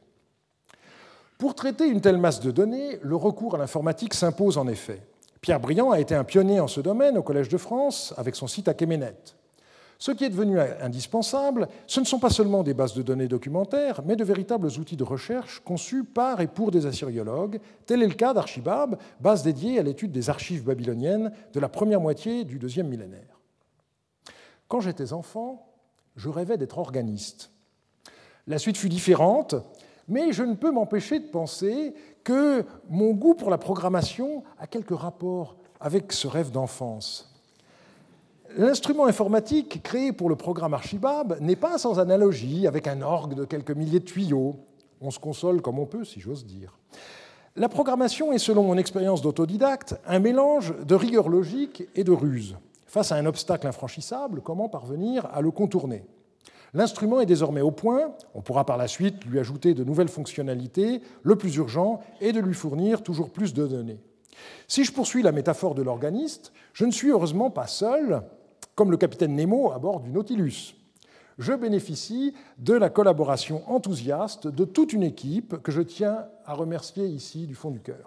Pour traiter une telle masse de données, le recours à l'informatique s'impose en effet. Pierre Briand a été un pionnier en ce domaine au Collège de France avec son site Akéménet. Ce qui est devenu indispensable, ce ne sont pas seulement des bases de données documentaires, mais de véritables outils de recherche conçus par et pour des assyriologues. Tel est le cas d'Archibab, base dédiée à l'étude des archives babyloniennes de la première moitié du deuxième millénaire. Quand j'étais enfant, je rêvais d'être organiste. La suite fut différente, mais je ne peux m'empêcher de penser que mon goût pour la programmation a quelques rapports avec ce rêve d'enfance. L'instrument informatique créé pour le programme Archibab n'est pas sans analogie avec un orgue de quelques milliers de tuyaux. On se console comme on peut, si j'ose dire. La programmation est, selon mon expérience d'autodidacte, un mélange de rigueur logique et de ruse. Face à un obstacle infranchissable, comment parvenir à le contourner ? L'instrument est désormais au point, on pourra par la suite lui ajouter de nouvelles fonctionnalités. Le plus urgent est de lui fournir toujours plus de données. Si je poursuis la métaphore de l'organiste, je ne suis heureusement pas seul, comme le capitaine Nemo à bord du Nautilus. Je bénéficie de la collaboration enthousiaste de toute une équipe que je tiens à remercier ici du fond du cœur.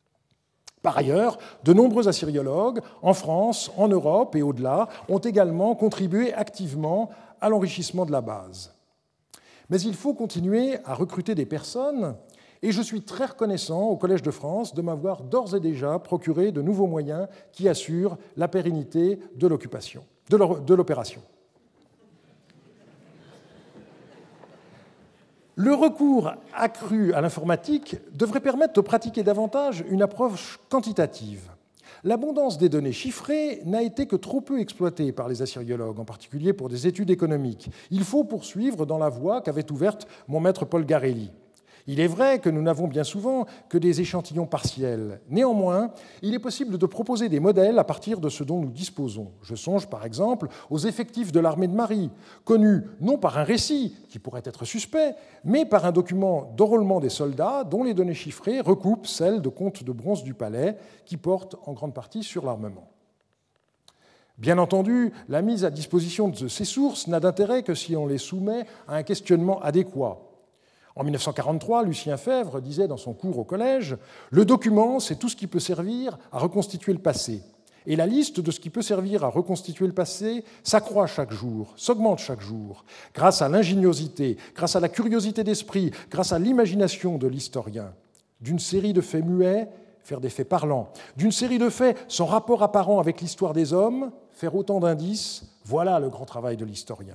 Par ailleurs, de nombreux assyriologues, en France, en Europe et au-delà, ont également contribué activement à l'enrichissement de la base. Mais il faut continuer à recruter des personnes, et je suis très reconnaissant au Collège de France de m'avoir d'ores et déjà procuré de nouveaux moyens qui assurent la pérennité de l'opération. Le recours accru à l'informatique devrait permettre de pratiquer davantage une approche quantitative. L'abondance des données chiffrées n'a été que trop peu exploitée par les assyriologues, en particulier pour des études économiques. Il faut poursuivre dans la voie qu'avait ouverte mon maître Paul Garelli. Il est vrai que nous n'avons bien souvent que des échantillons partiels. Néanmoins, il est possible de proposer des modèles à partir de ce dont nous disposons. Je songe par exemple aux effectifs de l'armée de Marie, connus non par un récit, qui pourrait être suspect, mais par un document d'enrôlement des soldats dont les données chiffrées recoupent celles de comptes de bronze du palais, qui portent en grande partie sur l'armement. Bien entendu, la mise à disposition de ces sources n'a d'intérêt que si on les soumet à un questionnement adéquat. En 1943, Lucien Febvre disait dans son cours au collège « Le document, c'est tout ce qui peut servir à reconstituer le passé. Et la liste de ce qui peut servir à reconstituer le passé s'accroît chaque jour, s'augmente chaque jour, grâce à l'ingéniosité, grâce à la curiosité d'esprit, grâce à l'imagination de l'historien. D'une série de faits muets, faire des faits parlants. D'une série de faits sans rapport apparent avec l'histoire des hommes, faire autant d'indices, voilà le grand travail de l'historien.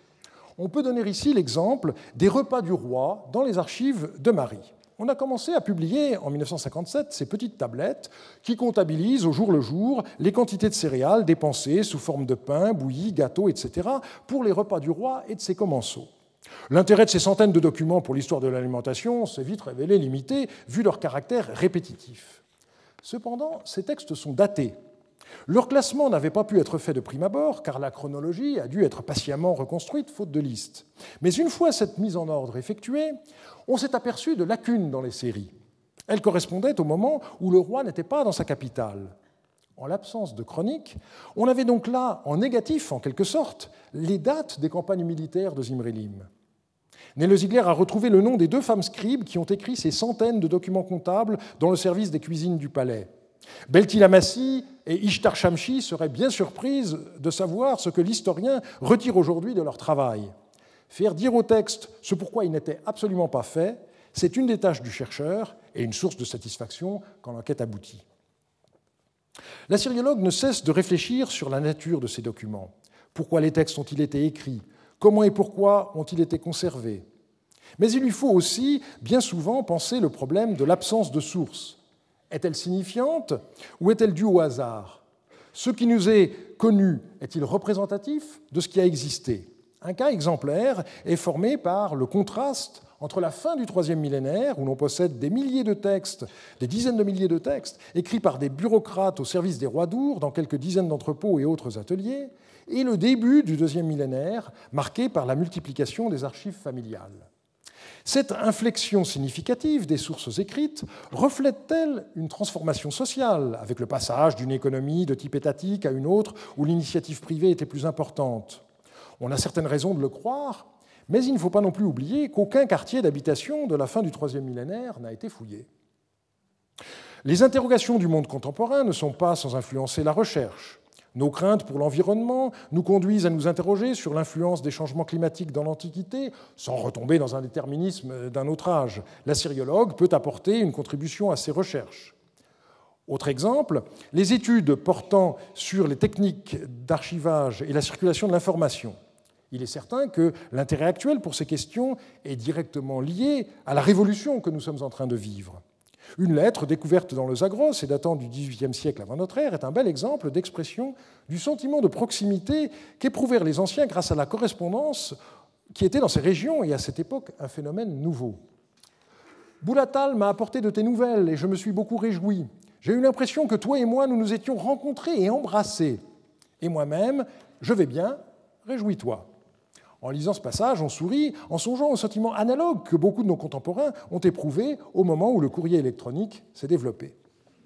On peut donner ici l'exemple des repas du roi dans les archives de Marie. On a commencé à publier en 1957 ces petites tablettes qui comptabilisent au jour le jour les quantités de céréales dépensées sous forme de pain, bouillie, gâteaux, etc. pour les repas du roi et de ses commensaux. L'intérêt de ces centaines de documents pour l'histoire de l'alimentation s'est vite révélé limité, vu leur caractère répétitif. Cependant, ces textes sont datés. Leur classement n'avait pas pu être fait de prime abord, car la chronologie a dû être patiemment reconstruite, faute de liste. Mais une fois cette mise en ordre effectuée, on s'est aperçu de lacunes dans les séries. Elles correspondaient au moment où le roi n'était pas dans sa capitale. En l'absence de chronique, on avait donc là, en négatif en quelque sorte, les dates des campagnes militaires de Zimrilim. Nele-Ziegler a retrouvé le nom des 2 femmes scribes qui ont écrit ces centaines de documents comptables dans le service des cuisines du palais. Belti Lamassi et Ishtar Shamshi seraient bien surprises de savoir ce que l'historien retire aujourd'hui de leur travail. Faire dire au texte ce pourquoi il n'était absolument pas fait, c'est une des tâches du chercheur et une source de satisfaction quand l'enquête aboutit. L'assyriologue ne cesse de réfléchir sur la nature de ces documents. Pourquoi les textes ont-ils été écrits ? Comment et pourquoi ont-ils été conservés ? Mais il lui faut aussi, bien souvent, penser le problème de l'absence de source. Est-elle signifiante ou est-elle due au hasard ? Ce qui nous est connu est-il représentatif de ce qui a existé ? Un cas exemplaire est formé par le contraste entre la fin du IIIe millénaire, où l'on possède des milliers de textes, des dizaines de milliers de textes, écrits par des bureaucrates au service des rois d'Our dans quelques dizaines d'entrepôts et autres ateliers, et le début du IIe millénaire, marqué par la multiplication des archives familiales. Cette inflexion significative des sources écrites reflète-t-elle une transformation sociale, avec le passage d'une économie de type étatique à une autre où l'initiative privée était plus importante ? On a certaines raisons de le croire, mais il ne faut pas non plus oublier qu'aucun quartier d'habitation de la fin du IIIe millénaire n'a été fouillé. Les interrogations du monde contemporain ne sont pas sans influencer la recherche. Nos craintes pour l'environnement nous conduisent à nous interroger sur l'influence des changements climatiques dans l'Antiquité, sans retomber dans un déterminisme d'un autre âge. L'assyriologue peut apporter une contribution à ces recherches. Autre exemple, les études portant sur les techniques d'archivage et la circulation de l'information. Il est certain que l'intérêt actuel pour ces questions est directement lié à la révolution que nous sommes en train de vivre. Une lettre découverte dans le Zagros et datant du XVIIIe siècle avant notre ère est un bel exemple d'expression du sentiment de proximité qu'éprouvèrent les anciens grâce à la correspondance qui était dans ces régions et à cette époque un phénomène nouveau. Boulatal m'a apporté de tes nouvelles et je me suis beaucoup réjoui. J'ai eu l'impression que toi et moi, nous nous étions rencontrés et embrassés. Et moi-même, je vais bien, réjouis-toi. En lisant ce passage, on sourit en songeant au sentiment analogue que beaucoup de nos contemporains ont éprouvé au moment où le courrier électronique s'est développé.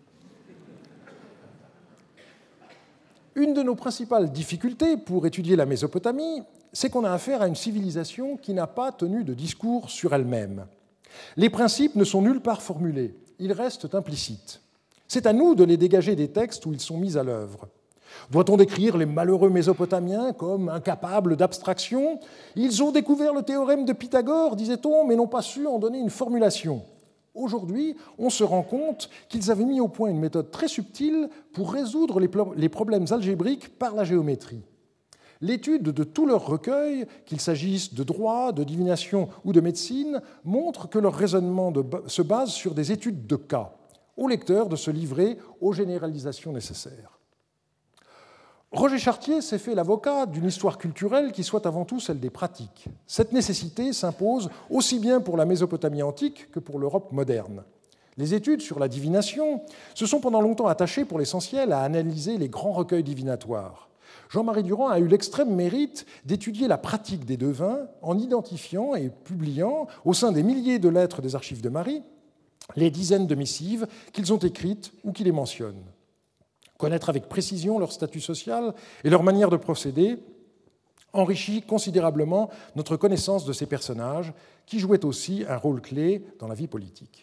Une de nos principales difficultés pour étudier la Mésopotamie, c'est qu'on a affaire à une civilisation qui n'a pas tenu de discours sur elle-même. Les principes ne sont nulle part formulés, ils restent implicites. C'est à nous de les dégager des textes où ils sont mis à l'œuvre. Doit-on décrire les malheureux Mésopotamiens comme incapables d'abstraction ? Ils ont découvert le théorème de Pythagore, disait-on, mais n'ont pas su en donner une formulation. Aujourd'hui, on se rend compte qu'ils avaient mis au point une méthode très subtile pour résoudre les problèmes algébriques par la géométrie. L'étude de tout leur recueil, qu'il s'agisse de droit, de divination ou de médecine, montre que leur raisonnement se base sur des études de cas, au lecteur de se livrer aux généralisations nécessaires. Roger Chartier s'est fait l'avocat d'une histoire culturelle qui soit avant tout celle des pratiques. Cette nécessité s'impose aussi bien pour la Mésopotamie antique que pour l'Europe moderne. Les études sur la divination se sont pendant longtemps attachées pour l'essentiel à analyser les grands recueils divinatoires. Jean-Marie Durand a eu l'extrême mérite d'étudier la pratique des devins en identifiant et publiant, au sein des milliers de lettres des archives de Marie, les dizaines de missives qu'ils ont écrites ou qui les mentionnent. Connaître avec précision leur statut social et leur manière de procéder enrichit considérablement notre connaissance de ces personnages qui jouaient aussi un rôle clé dans la vie politique.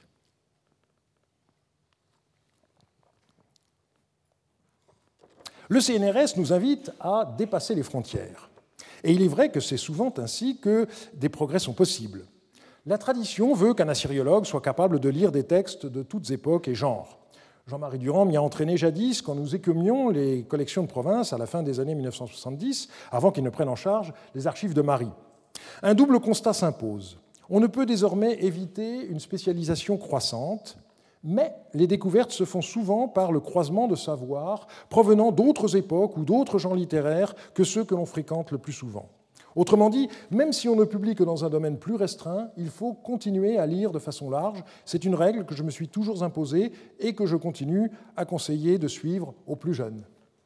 Le CNRS nous invite à dépasser les frontières. Et il est vrai que c'est souvent ainsi que des progrès sont possibles. La tradition veut qu'un assyriologue soit capable de lire des textes de toutes époques et genres. Jean-Marie Durand m'y a entraîné jadis quand nous écumions les collections de province à la fin des années 1970, avant qu'ils ne prennent en charge les archives de Marie. Un double constat s'impose. On ne peut désormais éviter une spécialisation croissante, mais les découvertes se font souvent par le croisement de savoirs provenant d'autres époques ou d'autres genres littéraires que ceux que l'on fréquente le plus souvent. Autrement dit, même si on ne publie que dans un domaine plus restreint, il faut continuer à lire de façon large. C'est une règle que je me suis toujours imposée et que je continue à conseiller de suivre aux plus jeunes.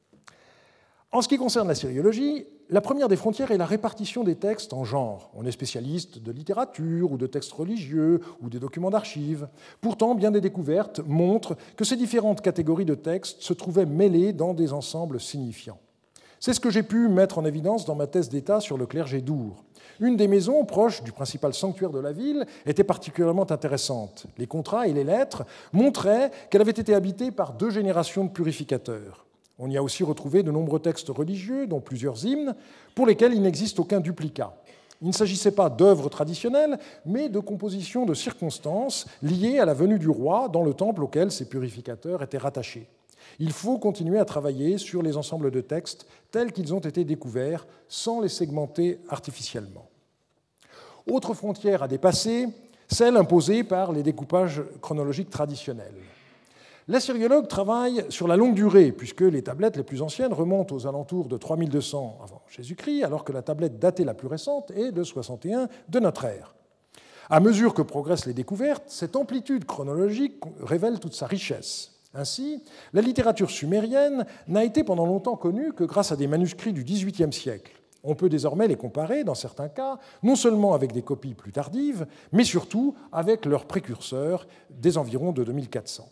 En ce qui concerne la syriologie, la première des frontières est la répartition des textes en genres. On est spécialiste de littérature ou de textes religieux ou des documents d'archives. Pourtant, bien des découvertes montrent que ces différentes catégories de textes se trouvaient mêlées dans des ensembles signifiants. C'est ce que j'ai pu mettre en évidence dans ma thèse d'État sur le clergé d'Our. Une des maisons proches du principal sanctuaire de la ville était particulièrement intéressante. Les contrats et les lettres montraient qu'elle avait été habitée par 2 générations de purificateurs. On y a aussi retrouvé de nombreux textes religieux, dont plusieurs hymnes, pour lesquels il n'existe aucun duplicat. Il ne s'agissait pas d'œuvres traditionnelles, mais de compositions de circonstances liées à la venue du roi dans le temple auquel ces purificateurs étaient rattachés. Il faut continuer à travailler sur les ensembles de textes tels qu'ils ont été découverts, sans les segmenter artificiellement. Autre frontière à dépasser, celle imposée par les découpages chronologiques traditionnels. L'assyriologue travaille sur la longue durée, puisque les tablettes les plus anciennes remontent aux alentours de 3200 avant Jésus-Christ, alors que la tablette datée la plus récente est de 61 de notre ère. À mesure que progressent les découvertes, cette amplitude chronologique révèle toute sa richesse. Ainsi, la littérature sumérienne n'a été pendant longtemps connue que grâce à des manuscrits du XVIIIe siècle. On peut désormais les comparer, dans certains cas, non seulement avec des copies plus tardives, mais surtout avec leurs précurseurs des environs de 2400.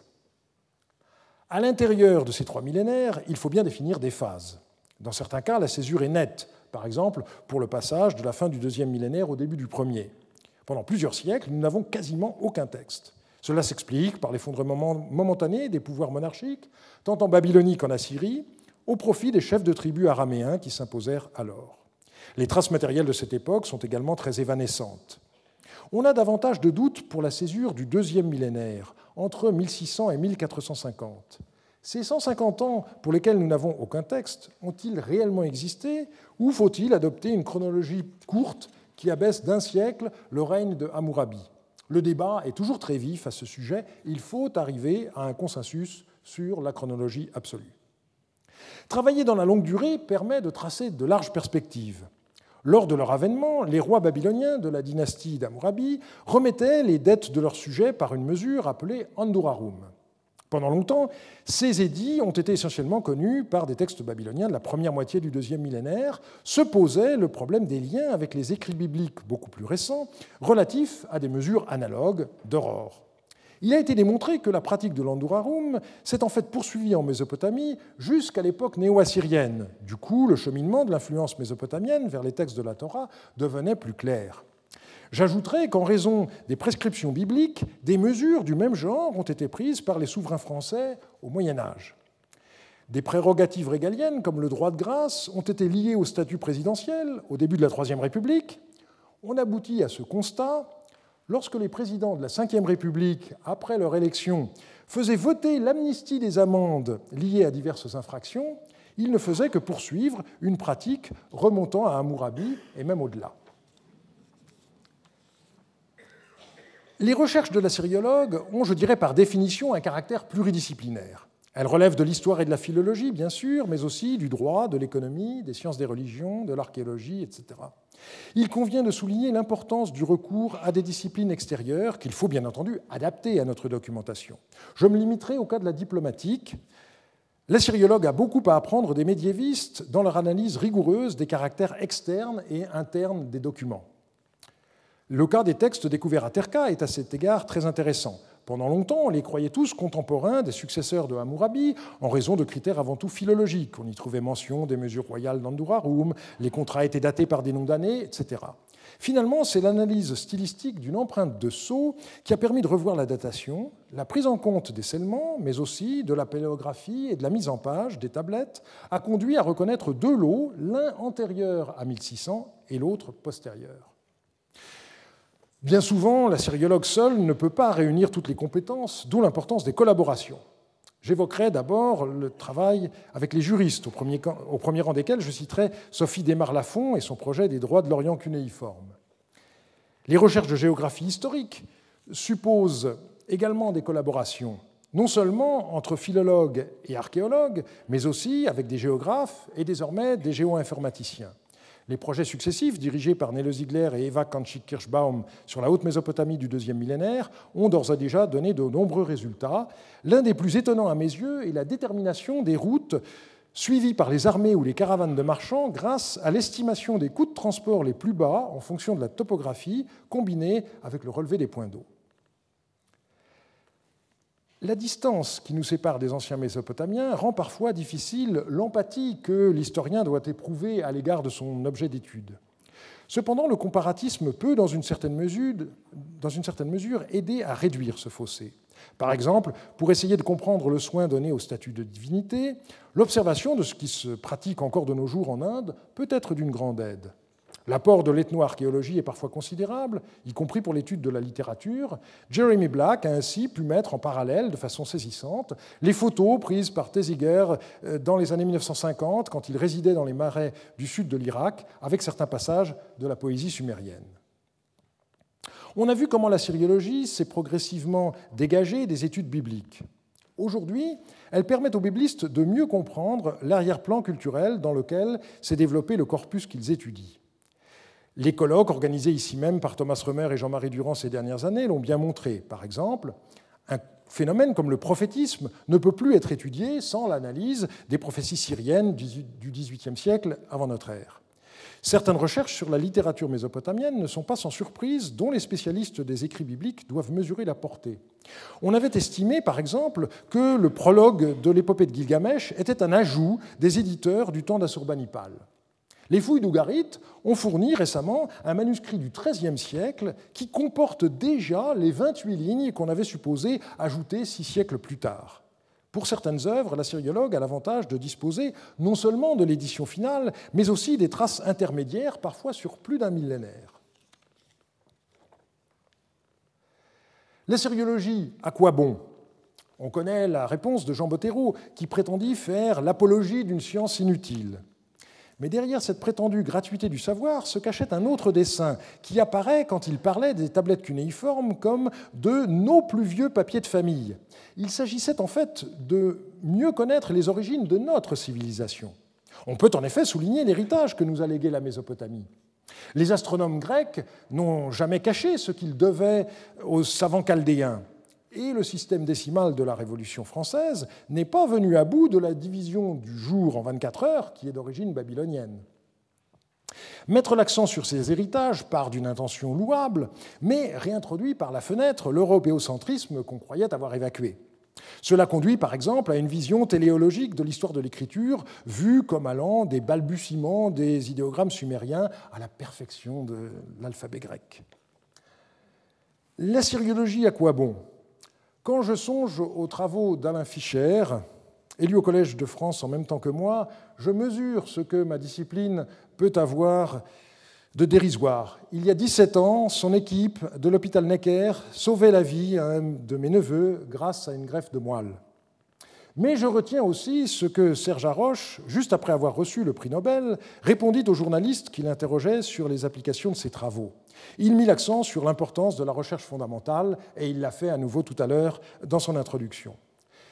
À l'intérieur de ces 3 millénaires, il faut bien définir des phases. Dans certains cas, la césure est nette, par exemple pour le passage de la fin du 2e millénaire au début du 1er. Pendant plusieurs siècles, nous n'avons quasiment aucun texte. Cela s'explique par l'effondrement momentané des pouvoirs monarchiques, tant en Babylonie qu'en Assyrie, au profit des chefs de tribus araméens qui s'imposèrent alors. Les traces matérielles de cette époque sont également très évanescentes. On a davantage de doutes pour la césure du 2e millénaire, entre 1600 et 1450. Ces 150 ans pour lesquels nous n'avons aucun texte, ont-ils réellement existé ou faut-il adopter une chronologie courte qui abaisse d'1 siècle le règne de Hammurabi ? Le débat est toujours très vif à ce sujet. Il faut arriver à un consensus sur la chronologie absolue. Travailler dans la longue durée permet de tracer de larges perspectives. Lors de leur avènement, les rois babyloniens de la dynastie d'Hammurabi remettaient les dettes de leurs sujets par une mesure appelée Andurarum. Pendant longtemps, ces édits ont été essentiellement connus par des textes babyloniens de la première moitié du 2e millénaire. Se posait le problème des liens avec les écrits bibliques beaucoup plus récents relatifs à des mesures analogues d'aurore. Il a été démontré que la pratique de l'Andurarum s'est en fait poursuivie en Mésopotamie jusqu'à l'époque néo-assyrienne. Du coup, le cheminement de l'influence mésopotamienne vers les textes de la Torah devenait plus clair. J'ajouterai qu'en raison des prescriptions bibliques, des mesures du même genre ont été prises par les souverains français au Moyen Âge. Des prérogatives régaliennes, comme le droit de grâce, ont été liées au statut présidentiel au début de la Troisième République. On aboutit à ce constat lorsque les présidents de la Ve République, après leur élection, faisaient voter l'amnistie des amendes liées à diverses infractions, ils ne faisaient que poursuivre une pratique remontant à Hammurabi et même au-delà. Les recherches de l'assyriologue ont, je dirais par définition, un caractère pluridisciplinaire. Elle relève de l'histoire et de la philologie, bien sûr, mais aussi du droit, de l'économie, des sciences des religions, de l'archéologie, etc. Il convient de souligner l'importance du recours à des disciplines extérieures qu'il faut bien entendu adapter à notre documentation. Je me limiterai au cas de la diplomatique. L'assyriologue a beaucoup à apprendre des médiévistes dans leur analyse rigoureuse des caractères externes et internes des documents. Le cas des textes découverts à Terka est à cet égard très intéressant. Pendant longtemps, on les croyait tous contemporains des successeurs de Hammurabi, en raison de critères avant tout philologiques. On y trouvait mention des mesures royales d'Andurrarum, les contrats étaient datés par des noms d'années, etc. Finalement, c'est l'analyse stylistique d'une empreinte de sceau qui a permis de revoir la datation, la prise en compte des scellements, mais aussi de la paléographie et de la mise en page des tablettes, a conduit à reconnaître deux lots, l'un antérieur à 1600 et l'autre postérieur. Bien souvent, l'assyriologue seul ne peut pas réunir toutes les compétences, d'où l'importance des collaborations. J'évoquerai d'abord le travail avec les juristes, au premier rang desquels je citerai Sophie Desmar-Lafont et son projet des droits de l'Orient cunéiforme. Les recherches de géographie historique supposent également des collaborations, non seulement entre philologues et archéologues, mais aussi avec des géographes et désormais des géo-informaticiens. Les projets successifs, dirigés par Nele Ziegler et Eva Kanchik-Kirschbaum sur la Haute-Mésopotamie du deuxième millénaire, ont d'ores et déjà donné de nombreux résultats. L'un des plus étonnants à mes yeux est la détermination des routes suivies par les armées ou les caravanes de marchands grâce à l'estimation des coûts de transport les plus bas en fonction de la topographie, combinée avec le relevé des points d'eau. La distance qui nous sépare des anciens Mésopotamiens rend parfois difficile l'empathie que l'historien doit éprouver à l'égard de son objet d'étude. Cependant, le comparatisme peut, dans une certaine mesure, aider à réduire ce fossé. Par exemple, pour essayer de comprendre le soin donné au statut de divinité, l'observation de ce qui se pratique encore de nos jours en Inde peut être d'une grande aide. L'apport de l'ethno-archéologie est parfois considérable, y compris pour l'étude de la littérature. Jeremy Black a ainsi pu mettre en parallèle, de façon saisissante, les photos prises par Thesiger dans les années 1950, quand il résidait dans les marais du sud de l'Irak, avec certains passages de la poésie sumérienne. On a vu comment l'assyriologie s'est progressivement dégagée des études bibliques. Aujourd'hui, elle permet aux biblistes de mieux comprendre l'arrière-plan culturel dans lequel s'est développé le corpus qu'ils étudient. Les colloques organisés ici même par Thomas Römer et Jean-Marie Durand ces dernières années l'ont bien montré. Par exemple, un phénomène comme le prophétisme ne peut plus être étudié sans l'analyse des prophéties syriennes du XVIIIe siècle avant notre ère. Certaines recherches sur la littérature mésopotamienne ne sont pas sans surprise, dont les spécialistes des écrits bibliques doivent mesurer la portée. On avait estimé, par exemple, que le prologue de l'épopée de Gilgamesh était un ajout des éditeurs du temps d'Assurbanipal. Les fouilles d'Ougarit ont fourni récemment un manuscrit du XIIIe siècle qui comporte déjà les 28 lignes qu'on avait supposé ajouter 6 siècles plus tard. Pour certaines œuvres, l'assyriologue a l'avantage de disposer non seulement de l'édition finale, mais aussi des traces intermédiaires, parfois sur plus d'un millénaire. L'assyriologie, à quoi bon ? On connaît la réponse de Jean Bottero, qui prétendit faire l'apologie d'une science inutile. Mais derrière cette prétendue gratuité du savoir se cachait un autre dessein qui apparaît quand il parlait des tablettes cunéiformes comme de nos plus vieux papiers de famille. Il s'agissait en fait de mieux connaître les origines de notre civilisation. On peut en effet souligner l'héritage que nous a légué la Mésopotamie. Les astronomes grecs n'ont jamais caché ce qu'ils devaient aux savants chaldéens. Et le système décimal de la Révolution française n'est pas venu à bout de la division du jour en 24 heures qui est d'origine babylonienne. Mettre l'accent sur ces héritages part d'une intention louable, mais réintroduit par la fenêtre l'européocentrisme qu'on croyait avoir évacué. Cela conduit par exemple à une vision téléologique de l'histoire de l'écriture, vue comme allant des balbutiements des idéogrammes sumériens à la perfection de l'alphabet grec. L'assyriologie, à quoi bon ? Quand je songe aux travaux d'Alain Fischer, élu au Collège de France en même temps que moi, je mesure ce que ma discipline peut avoir de dérisoire. Il y a 17 ans, son équipe de l'hôpital Necker sauvait la vie à un de mes neveux grâce à une greffe de moelle. Mais je retiens aussi ce que Serge Haroche, juste après avoir reçu le prix Nobel, répondit aux journalistes qui l'interrogeaient sur les applications de ses travaux. Il mit l'accent sur l'importance de la recherche fondamentale, et il l'a fait à nouveau tout à l'heure dans son introduction.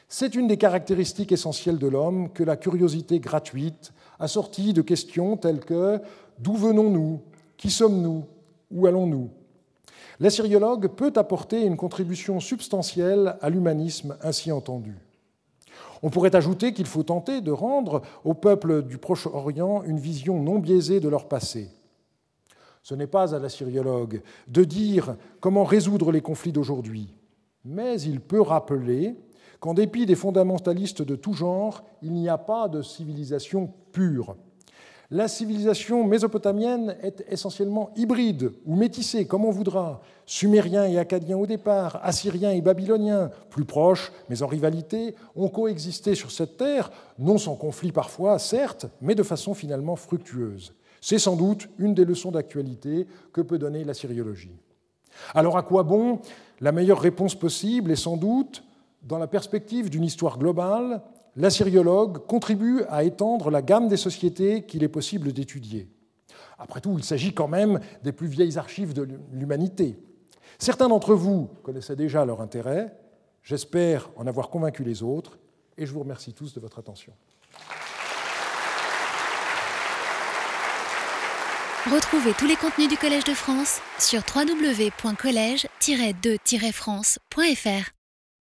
C'est une des caractéristiques essentielles de l'homme que la curiosité gratuite, assortie de questions telles que « D'où venons-nous ? Qui sommes-nous ? Où allons-nous ?» L'assyriologue peut apporter une contribution substantielle à l'humanisme ainsi entendu. On pourrait ajouter qu'il faut tenter de rendre aux peuples du Proche-Orient une vision non biaisée de leur passé. Ce n'est pas à l'assyriologue de dire comment résoudre les conflits d'aujourd'hui, mais il peut rappeler qu'en dépit des fondamentalistes de tout genre, il n'y a pas de civilisation pure. La civilisation mésopotamienne est essentiellement hybride ou métissée, comme on voudra. Sumériens et Akkadiens au départ, Assyriens et Babyloniens, plus proches mais en rivalité, ont coexisté sur cette terre, non sans conflit parfois, certes, mais de façon finalement fructueuse. C'est sans doute une des leçons d'actualité que peut donner l'assyriologie. Alors à quoi bon ? La meilleure réponse possible est sans doute, dans la perspective d'une histoire globale, l'assyriologue contribue à étendre la gamme des sociétés qu'il est possible d'étudier. Après tout, il s'agit quand même des plus vieilles archives de l'humanité. Certains d'entre vous connaissaient déjà leur intérêt. J'espère en avoir convaincu les autres, et je vous remercie tous de votre attention. Retrouvez tous les contenus du Collège de France sur www.collège-2-france.fr.